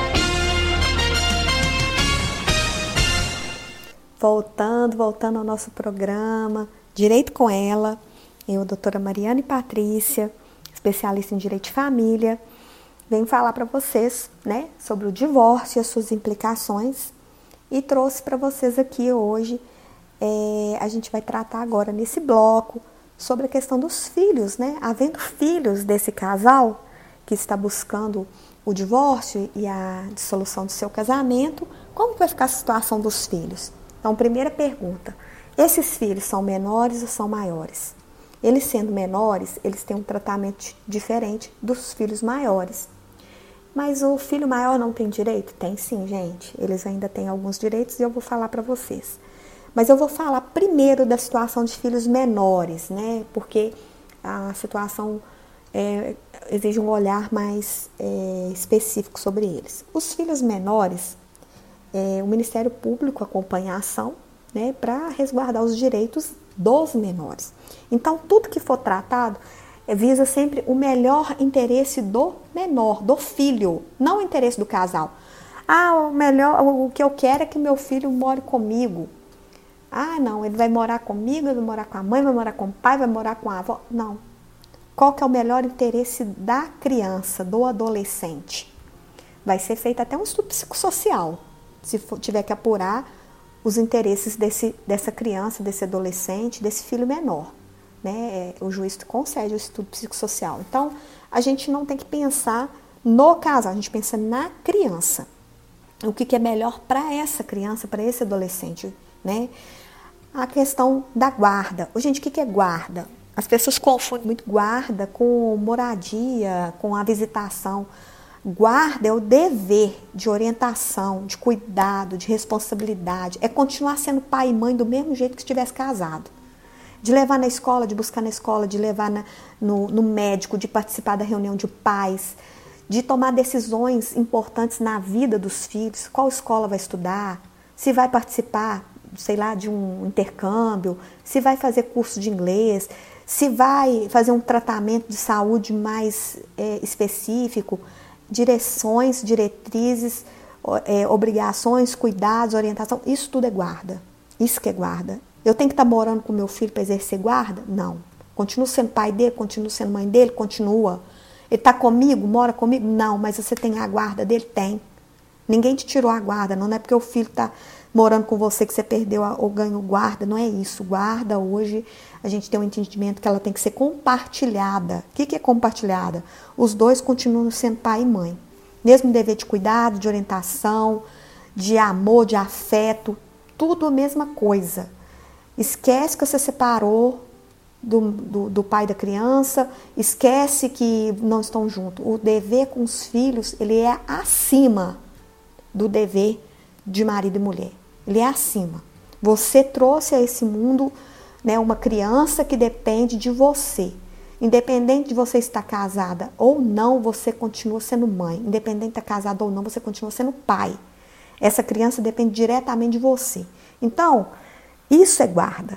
Voltando, voltando ao nosso programa Direito com Ela. Eu, doutora Mariane Patrícia, especialista em Direito de Família, venho falar para vocês, né, sobre o divórcio e as suas implicações. E trouxe para vocês aqui hoje, é, a gente vai tratar agora nesse bloco sobre a questão dos filhos, né? Havendo filhos desse casal que está buscando o divórcio e a dissolução do seu casamento, como vai ficar a situação dos filhos? Então, primeira pergunta, esses filhos são menores ou são maiores? Eles sendo menores, eles têm um tratamento diferente dos filhos maiores. Mas o filho maior não tem direito? Tem sim, gente. Eles ainda têm alguns direitos e eu vou falar para vocês. Mas eu vou falar primeiro da situação de filhos menores, né? Porque a situação é, exige um olhar mais é, específico sobre eles. Os filhos menores, é, o Ministério Público acompanha a ação, né, para resguardar os direitos dos menores. Então, tudo que for tratado é, visa sempre o melhor interesse do menor, do filho, não o interesse do casal. Ah, o melhor, o que eu quero é que meu filho more comigo. Ah, não, ele vai morar comigo, ele vai morar com a mãe, vai morar com o pai, vai morar com a avó. Não. Qual que é o melhor interesse da criança, do adolescente? Vai ser feito até um estudo psicossocial, se for, tiver que apurar os interesses desse, dessa criança, desse adolescente, desse filho menor. Né? O juiz concede o estudo psicossocial. Então, a gente não tem que pensar no casal, a gente pensa na criança. O que, que é melhor para essa criança, para esse adolescente, né? A questão da guarda. Gente, o que é guarda? As pessoas confundem muito guarda com moradia, com a visitação. Guarda é o dever de orientação, de cuidado, de responsabilidade. É continuar sendo pai e mãe do mesmo jeito que estivesse casado. De levar na escola, de buscar na escola, de levar na, no, no médico, de participar da reunião de pais, de tomar decisões importantes na vida dos filhos. Qual escola vai estudar? Se vai participar, sei lá, de um intercâmbio, se vai fazer curso de inglês, se vai fazer um tratamento de saúde mais é, específico, direções, diretrizes, é, obrigações, cuidados, orientação, isso tudo é guarda. Isso que é guarda. Eu tenho que estar morando com meu filho para exercer guarda? Não. Continuo sendo pai dele, continuo sendo mãe dele? Continua. Ele está comigo, mora comigo? Não, mas você tem a guarda dele? Tem. Ninguém te tirou a guarda, não é porque o filho está morando com você que você perdeu ou ganhou guarda, não é isso. Guarda hoje, a gente tem um entendimento que ela tem que ser compartilhada. O que, que é compartilhada? Os dois continuam sendo pai e mãe. Mesmo dever de cuidado, de orientação, de amor, de afeto, tudo a mesma coisa. Esquece que você separou do, do, do pai da criança, esquece que não estão juntos. O dever com os filhos, ele é acima do dever de marido e mulher. Ele é acima. Você trouxe a esse mundo, né, uma criança que depende de você. Independente de você estar casada ou não, você continua sendo mãe. Independente de estar casada ou não, você continua sendo pai. Essa criança depende diretamente de você. Então, isso é guarda.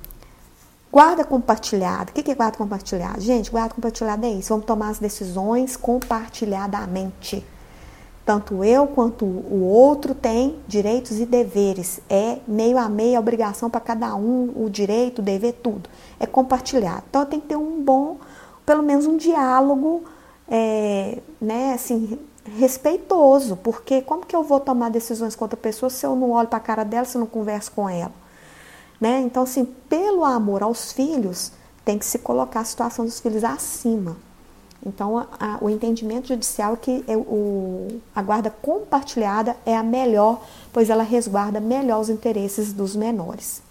Guarda compartilhada. O que é guarda compartilhada? Gente, guarda compartilhada é isso. Vamos tomar as decisões compartilhadamente. Tanto eu quanto o outro tem direitos e deveres. É meio a meio a obrigação para cada um, o direito, o dever, tudo. É compartilhado. Então, tem que ter um bom, pelo menos um diálogo, é, né, assim, respeitoso. Porque como que eu vou tomar decisões com outra pessoa se eu não olho para a cara dela, se eu não converso com ela? Né? Então, assim, pelo amor aos filhos, tem que se colocar a situação dos filhos acima. Então, a, a, o entendimento judicial é que é o, a guarda compartilhada é a melhor, pois ela resguarda melhor os interesses dos menores.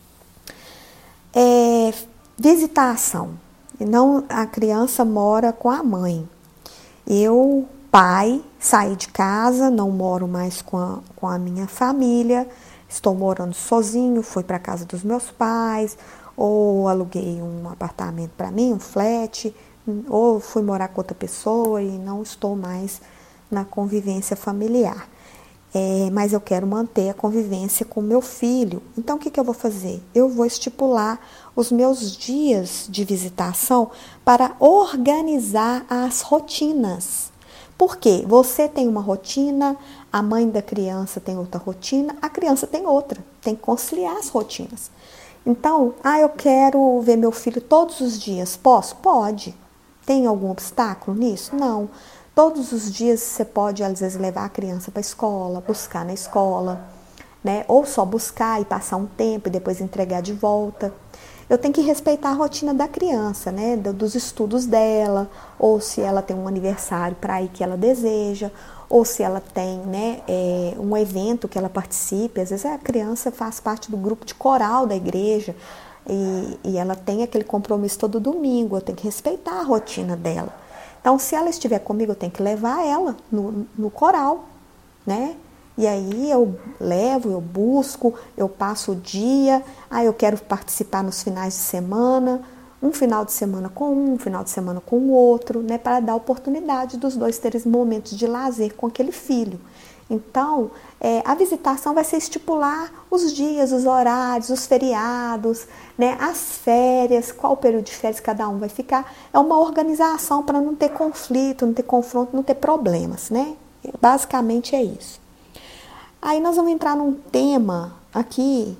É, visitação. Não, a criança mora com a mãe. Eu, pai, saí de casa, não moro mais com a, com a minha família, estou morando sozinho, fui para a casa dos meus pais, ou aluguei um apartamento para mim, um flat, ou fui morar com outra pessoa e não estou mais na convivência familiar. É, mas eu quero manter a convivência com meu filho. Então, o que, que eu vou fazer? Eu vou estipular os meus dias de visitação para organizar as rotinas. Por quê? Você tem uma rotina, a mãe da criança tem outra rotina, a criança tem outra. Tem que conciliar as rotinas. Então, ah, eu quero ver meu filho todos os dias. Posso? Pode. Tem algum obstáculo nisso? Não. Todos os dias você pode, às vezes, levar a criança para a escola, buscar na escola, né? Ou só buscar e passar um tempo e depois entregar de volta. Eu tenho que respeitar a rotina da criança, né? Dos estudos dela, ou se ela tem um aniversário para ir que ela deseja, ou se ela tem, né, é, um evento que ela participe. Às vezes a criança faz parte do grupo de coral da igreja, E, e ela tem aquele compromisso todo domingo, eu tenho que respeitar a rotina dela. Então, se ela estiver comigo, eu tenho que levar ela no, no coral, né? E aí eu levo, eu busco, eu passo o dia, aí eu quero participar nos finais de semana, um final de semana com um, um final de semana com o outro, né, para dar oportunidade dos dois terem momentos de lazer com aquele filho. Então, é, a visitação vai ser estipular os dias, os horários, os feriados, né, as férias, qual período de férias cada um vai ficar. É uma organização para não ter conflito, não ter confronto, não ter problemas, né? Basicamente é isso. Aí nós vamos entrar num tema aqui,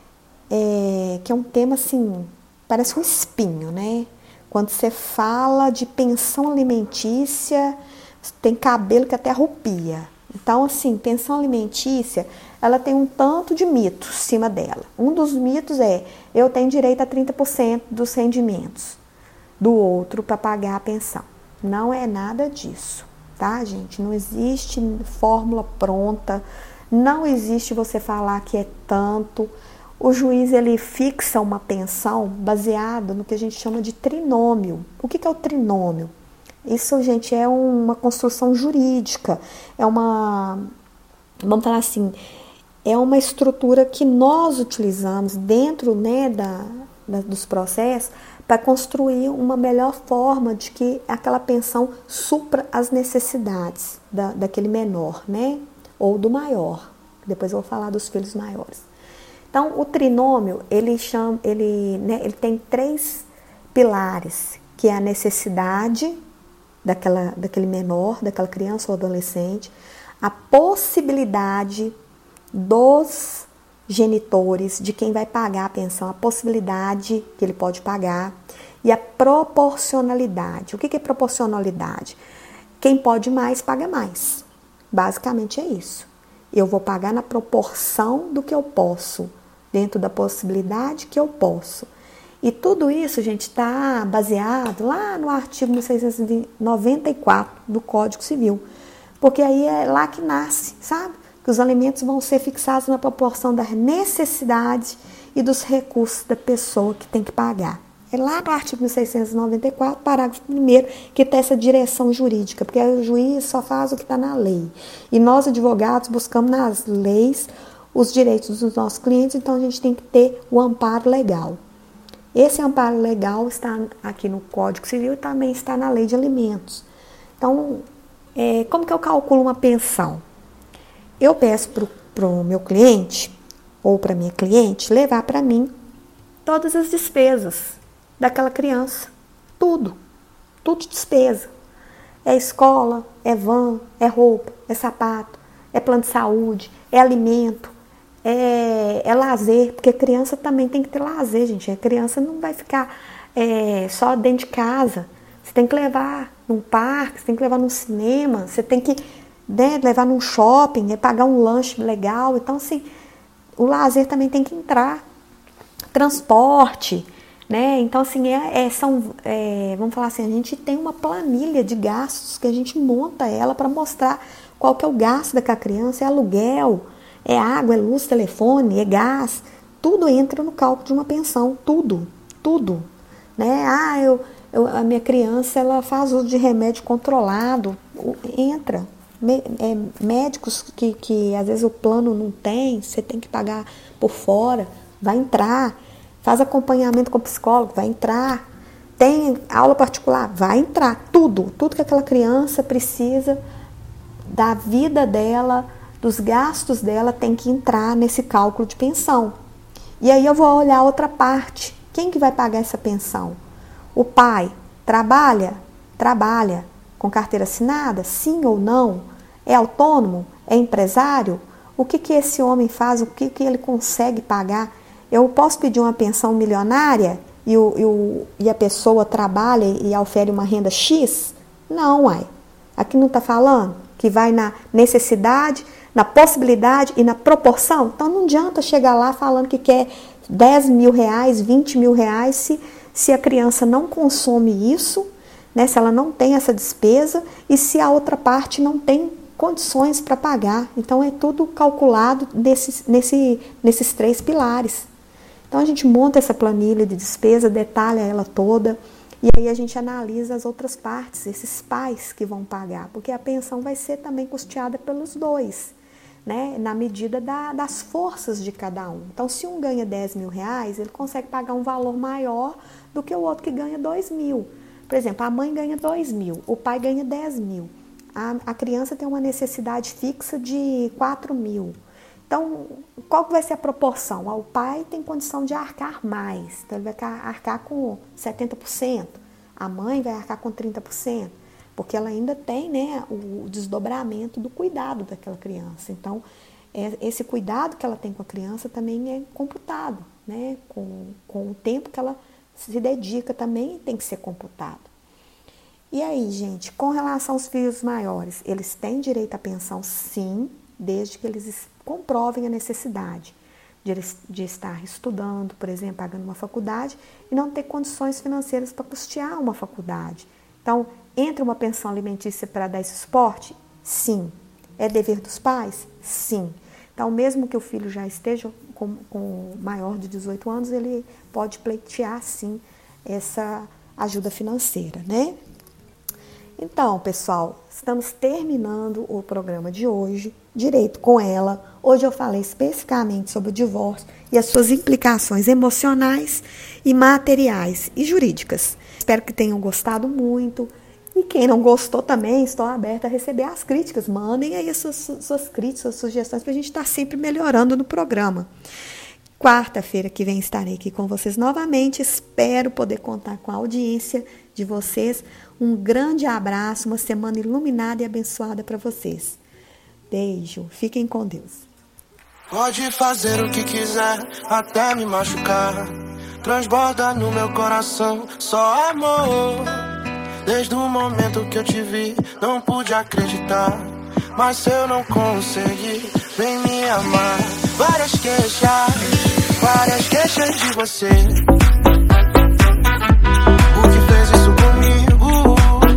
é, que é um tema assim, parece um espinho, né? Quando você fala de pensão alimentícia, tem cabelo que até arrepia. Então, assim, pensão alimentícia, ela tem um tanto de mitos em cima dela. Um dos mitos é, eu tenho direito a trinta por cento dos rendimentos do outro para pagar a pensão. Não é nada disso, tá, gente? Não existe fórmula pronta, não existe você falar que é tanto. O juiz, ele fixa uma pensão baseado no que a gente chama de trinômio. O que que é o trinômio? Isso, gente, é uma construção jurídica, é uma, vamos falar assim, é uma estrutura que nós utilizamos dentro, né, da, da, dos processos para construir uma melhor forma de que aquela pensão supra as necessidades da, daquele menor, né, ou do maior. Depois eu vou falar dos filhos maiores. Então, o trinômio, ele, chama, ele, né, ele tem três pilares, que é a necessidade daquela, daquele menor, daquela criança ou adolescente, a possibilidade dos genitores, de quem vai pagar a pensão, a possibilidade que ele pode pagar, e a proporcionalidade. O que é proporcionalidade? Quem pode mais, paga mais. Basicamente é isso. Eu vou pagar na proporção do que eu posso, dentro da possibilidade que eu posso. E tudo isso, gente, está baseado lá no artigo mil seiscentos e noventa e quatro do Código Civil. Porque aí é lá que nasce, sabe? Que os alimentos vão ser fixados na proporção das necessidades e dos recursos da pessoa que tem que pagar. É lá no artigo mil seiscentos e noventa e quatro, parágrafo primeiro, que tem essa direção jurídica, porque o juiz só faz o que está na lei. E nós, advogados, buscamos nas leis os direitos dos nossos clientes, então a gente tem que ter o amparo legal. Esse amparo legal está aqui no Código Civil e também está na Lei de Alimentos. Então, é, como que eu calculo uma pensão? Eu peço para o meu cliente ou para a minha cliente levar para mim todas as despesas daquela criança. Tudo. Tudo despesa. É escola, é van, é roupa, é sapato, é plano de saúde, é alimento. É, é lazer, porque a criança também tem que ter lazer, gente. A criança não vai ficar é, só dentro de casa. Você tem que levar num parque, você tem que levar num cinema, você tem que, né, levar num shopping, né, pagar um lanche legal. Então, assim, o lazer também tem que entrar. Transporte, né? Então, assim, é, é, são, é, vamos falar assim, a gente tem uma planilha de gastos que a gente monta ela para mostrar qual que é o gasto daquela criança, é aluguel, é água, é luz, telefone, é gás, tudo entra no cálculo de uma pensão, tudo, tudo, né? Ah, eu, eu, a minha criança, ela faz uso de remédio controlado, entra. Me, é, médicos que, que às vezes o plano não tem, você tem que pagar por fora, vai entrar. Faz acompanhamento com o psicólogo, vai entrar. Tem aula particular, vai entrar. Tudo, tudo que aquela criança precisa da vida dela, dos gastos dela, tem que entrar nesse cálculo de pensão. E aí eu vou olhar outra parte. Quem que vai pagar essa pensão? O pai trabalha? Trabalha. Com carteira assinada? Sim ou não? É autônomo? É empresário? O que que esse homem faz? O que que ele consegue pagar? Eu posso pedir uma pensão milionária e, o, e, o, e a pessoa trabalha e ofere uma renda X? Não, uai. Aqui não está falando que vai na necessidade, na possibilidade e na proporção? Então não adianta chegar lá falando que quer dez mil reais, vinte mil reais, se, se a criança não consome isso, né, se ela não tem essa despesa e se a outra parte não tem condições para pagar. Então é tudo calculado nesses, nesse, nesses três pilares. Então a gente monta essa planilha de despesa, detalha ela toda e aí a gente analisa as outras partes, esses pais que vão pagar, porque a pensão vai ser também custeada pelos dois. né, na medida da, das forças de cada um. Então, se um ganha dez mil reais, ele consegue pagar um valor maior do que o outro que ganha dois mil. Por exemplo, a mãe ganha dois mil, o pai ganha dez mil. A, a criança tem uma necessidade fixa de quatro mil. Então, qual que vai ser a proporção? O pai tem condição de arcar mais, então ele vai arcar com setenta por cento, a mãe vai arcar com trinta por cento, porque ela ainda tem, né, o desdobramento do cuidado daquela criança. Então, é, esse cuidado que ela tem com a criança também é computado, né, com, com o tempo que ela se dedica também tem que ser computado. E aí, gente, com relação aos filhos maiores, eles têm direito à pensão, sim, desde que eles comprovem a necessidade de, de estar estudando, por exemplo, pagando uma faculdade e não ter condições financeiras para custear uma faculdade. Então, entra uma pensão alimentícia para dar esse suporte? Sim. É dever dos pais? Sim. Então, mesmo que o filho já esteja com, com maior de dezoito anos, ele pode pleitear, sim, essa ajuda financeira, né? Então, pessoal, estamos terminando o programa de hoje, Direito com Ela. Hoje eu falei especificamente sobre o divórcio e as suas implicações emocionais e materiais e jurídicas. Espero que tenham gostado muito. E quem não gostou também, estou aberta a receber as críticas. Mandem aí as suas, suas críticas, suas sugestões, para a gente estar sempre melhorando no programa. Quarta-feira que vem estarei aqui com vocês novamente. Espero poder contar com a audiência de vocês. Um grande abraço, uma semana iluminada e abençoada para vocês. Beijo, fiquem com Deus. Pode fazer o que quiser, até me machucar. Transborda no meu coração só amor. Desde o momento que eu te vi, não pude acreditar. Mas se eu não conseguir, vem me amar. Várias queixas, várias queixas de você. O que fez isso comigo?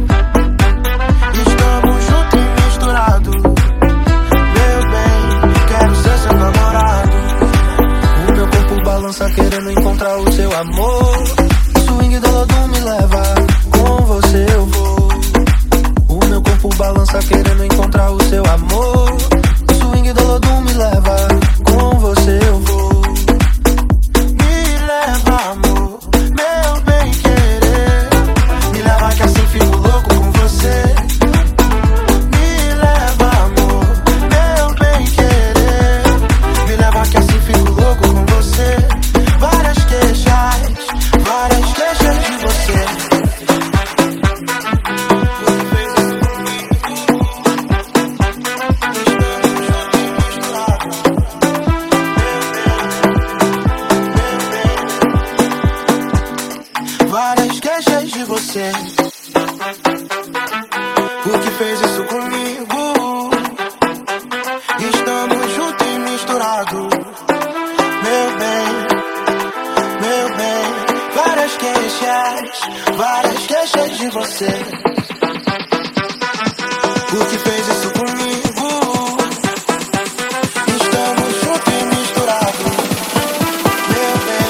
Estamos juntos e misturados. Meu bem, quero ser seu namorado. O meu corpo balança querendo encontrar o seu amor. Swing do Lodum me leva, com você eu vou. O meu corpo balança querendo encontrar o seu amor. Swing do Lodum me leva, com você eu vou. Me leva, amor, meu bem querer. Me leva que assim fico louco com você. Me leva, amor, meu bem querer. Me leva que assim fico louco com você. Várias queixas, várias queixas de você. Várias queixas de você. O que fez isso comigo? Estamos juntos e misturados. Meu bem, meu bem. Várias queixas, várias queixas de você. O que fez isso comigo? Estamos juntos e misturados. Meu bem,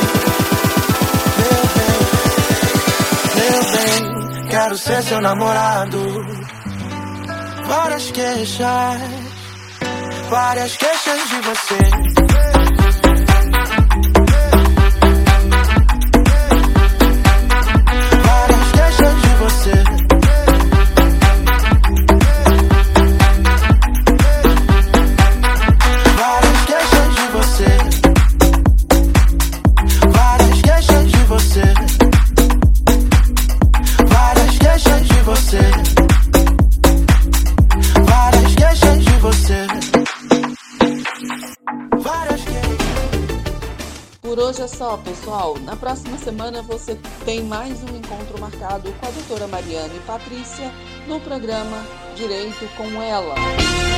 meu bem, meu bem. Quero ser seu namorado. Várias queixas, várias queixas de você. Por hoje é só, pessoal. Na próxima semana você tem mais um encontro marcado com a doutora Mariane e Patrícia no programa Direito com Ela.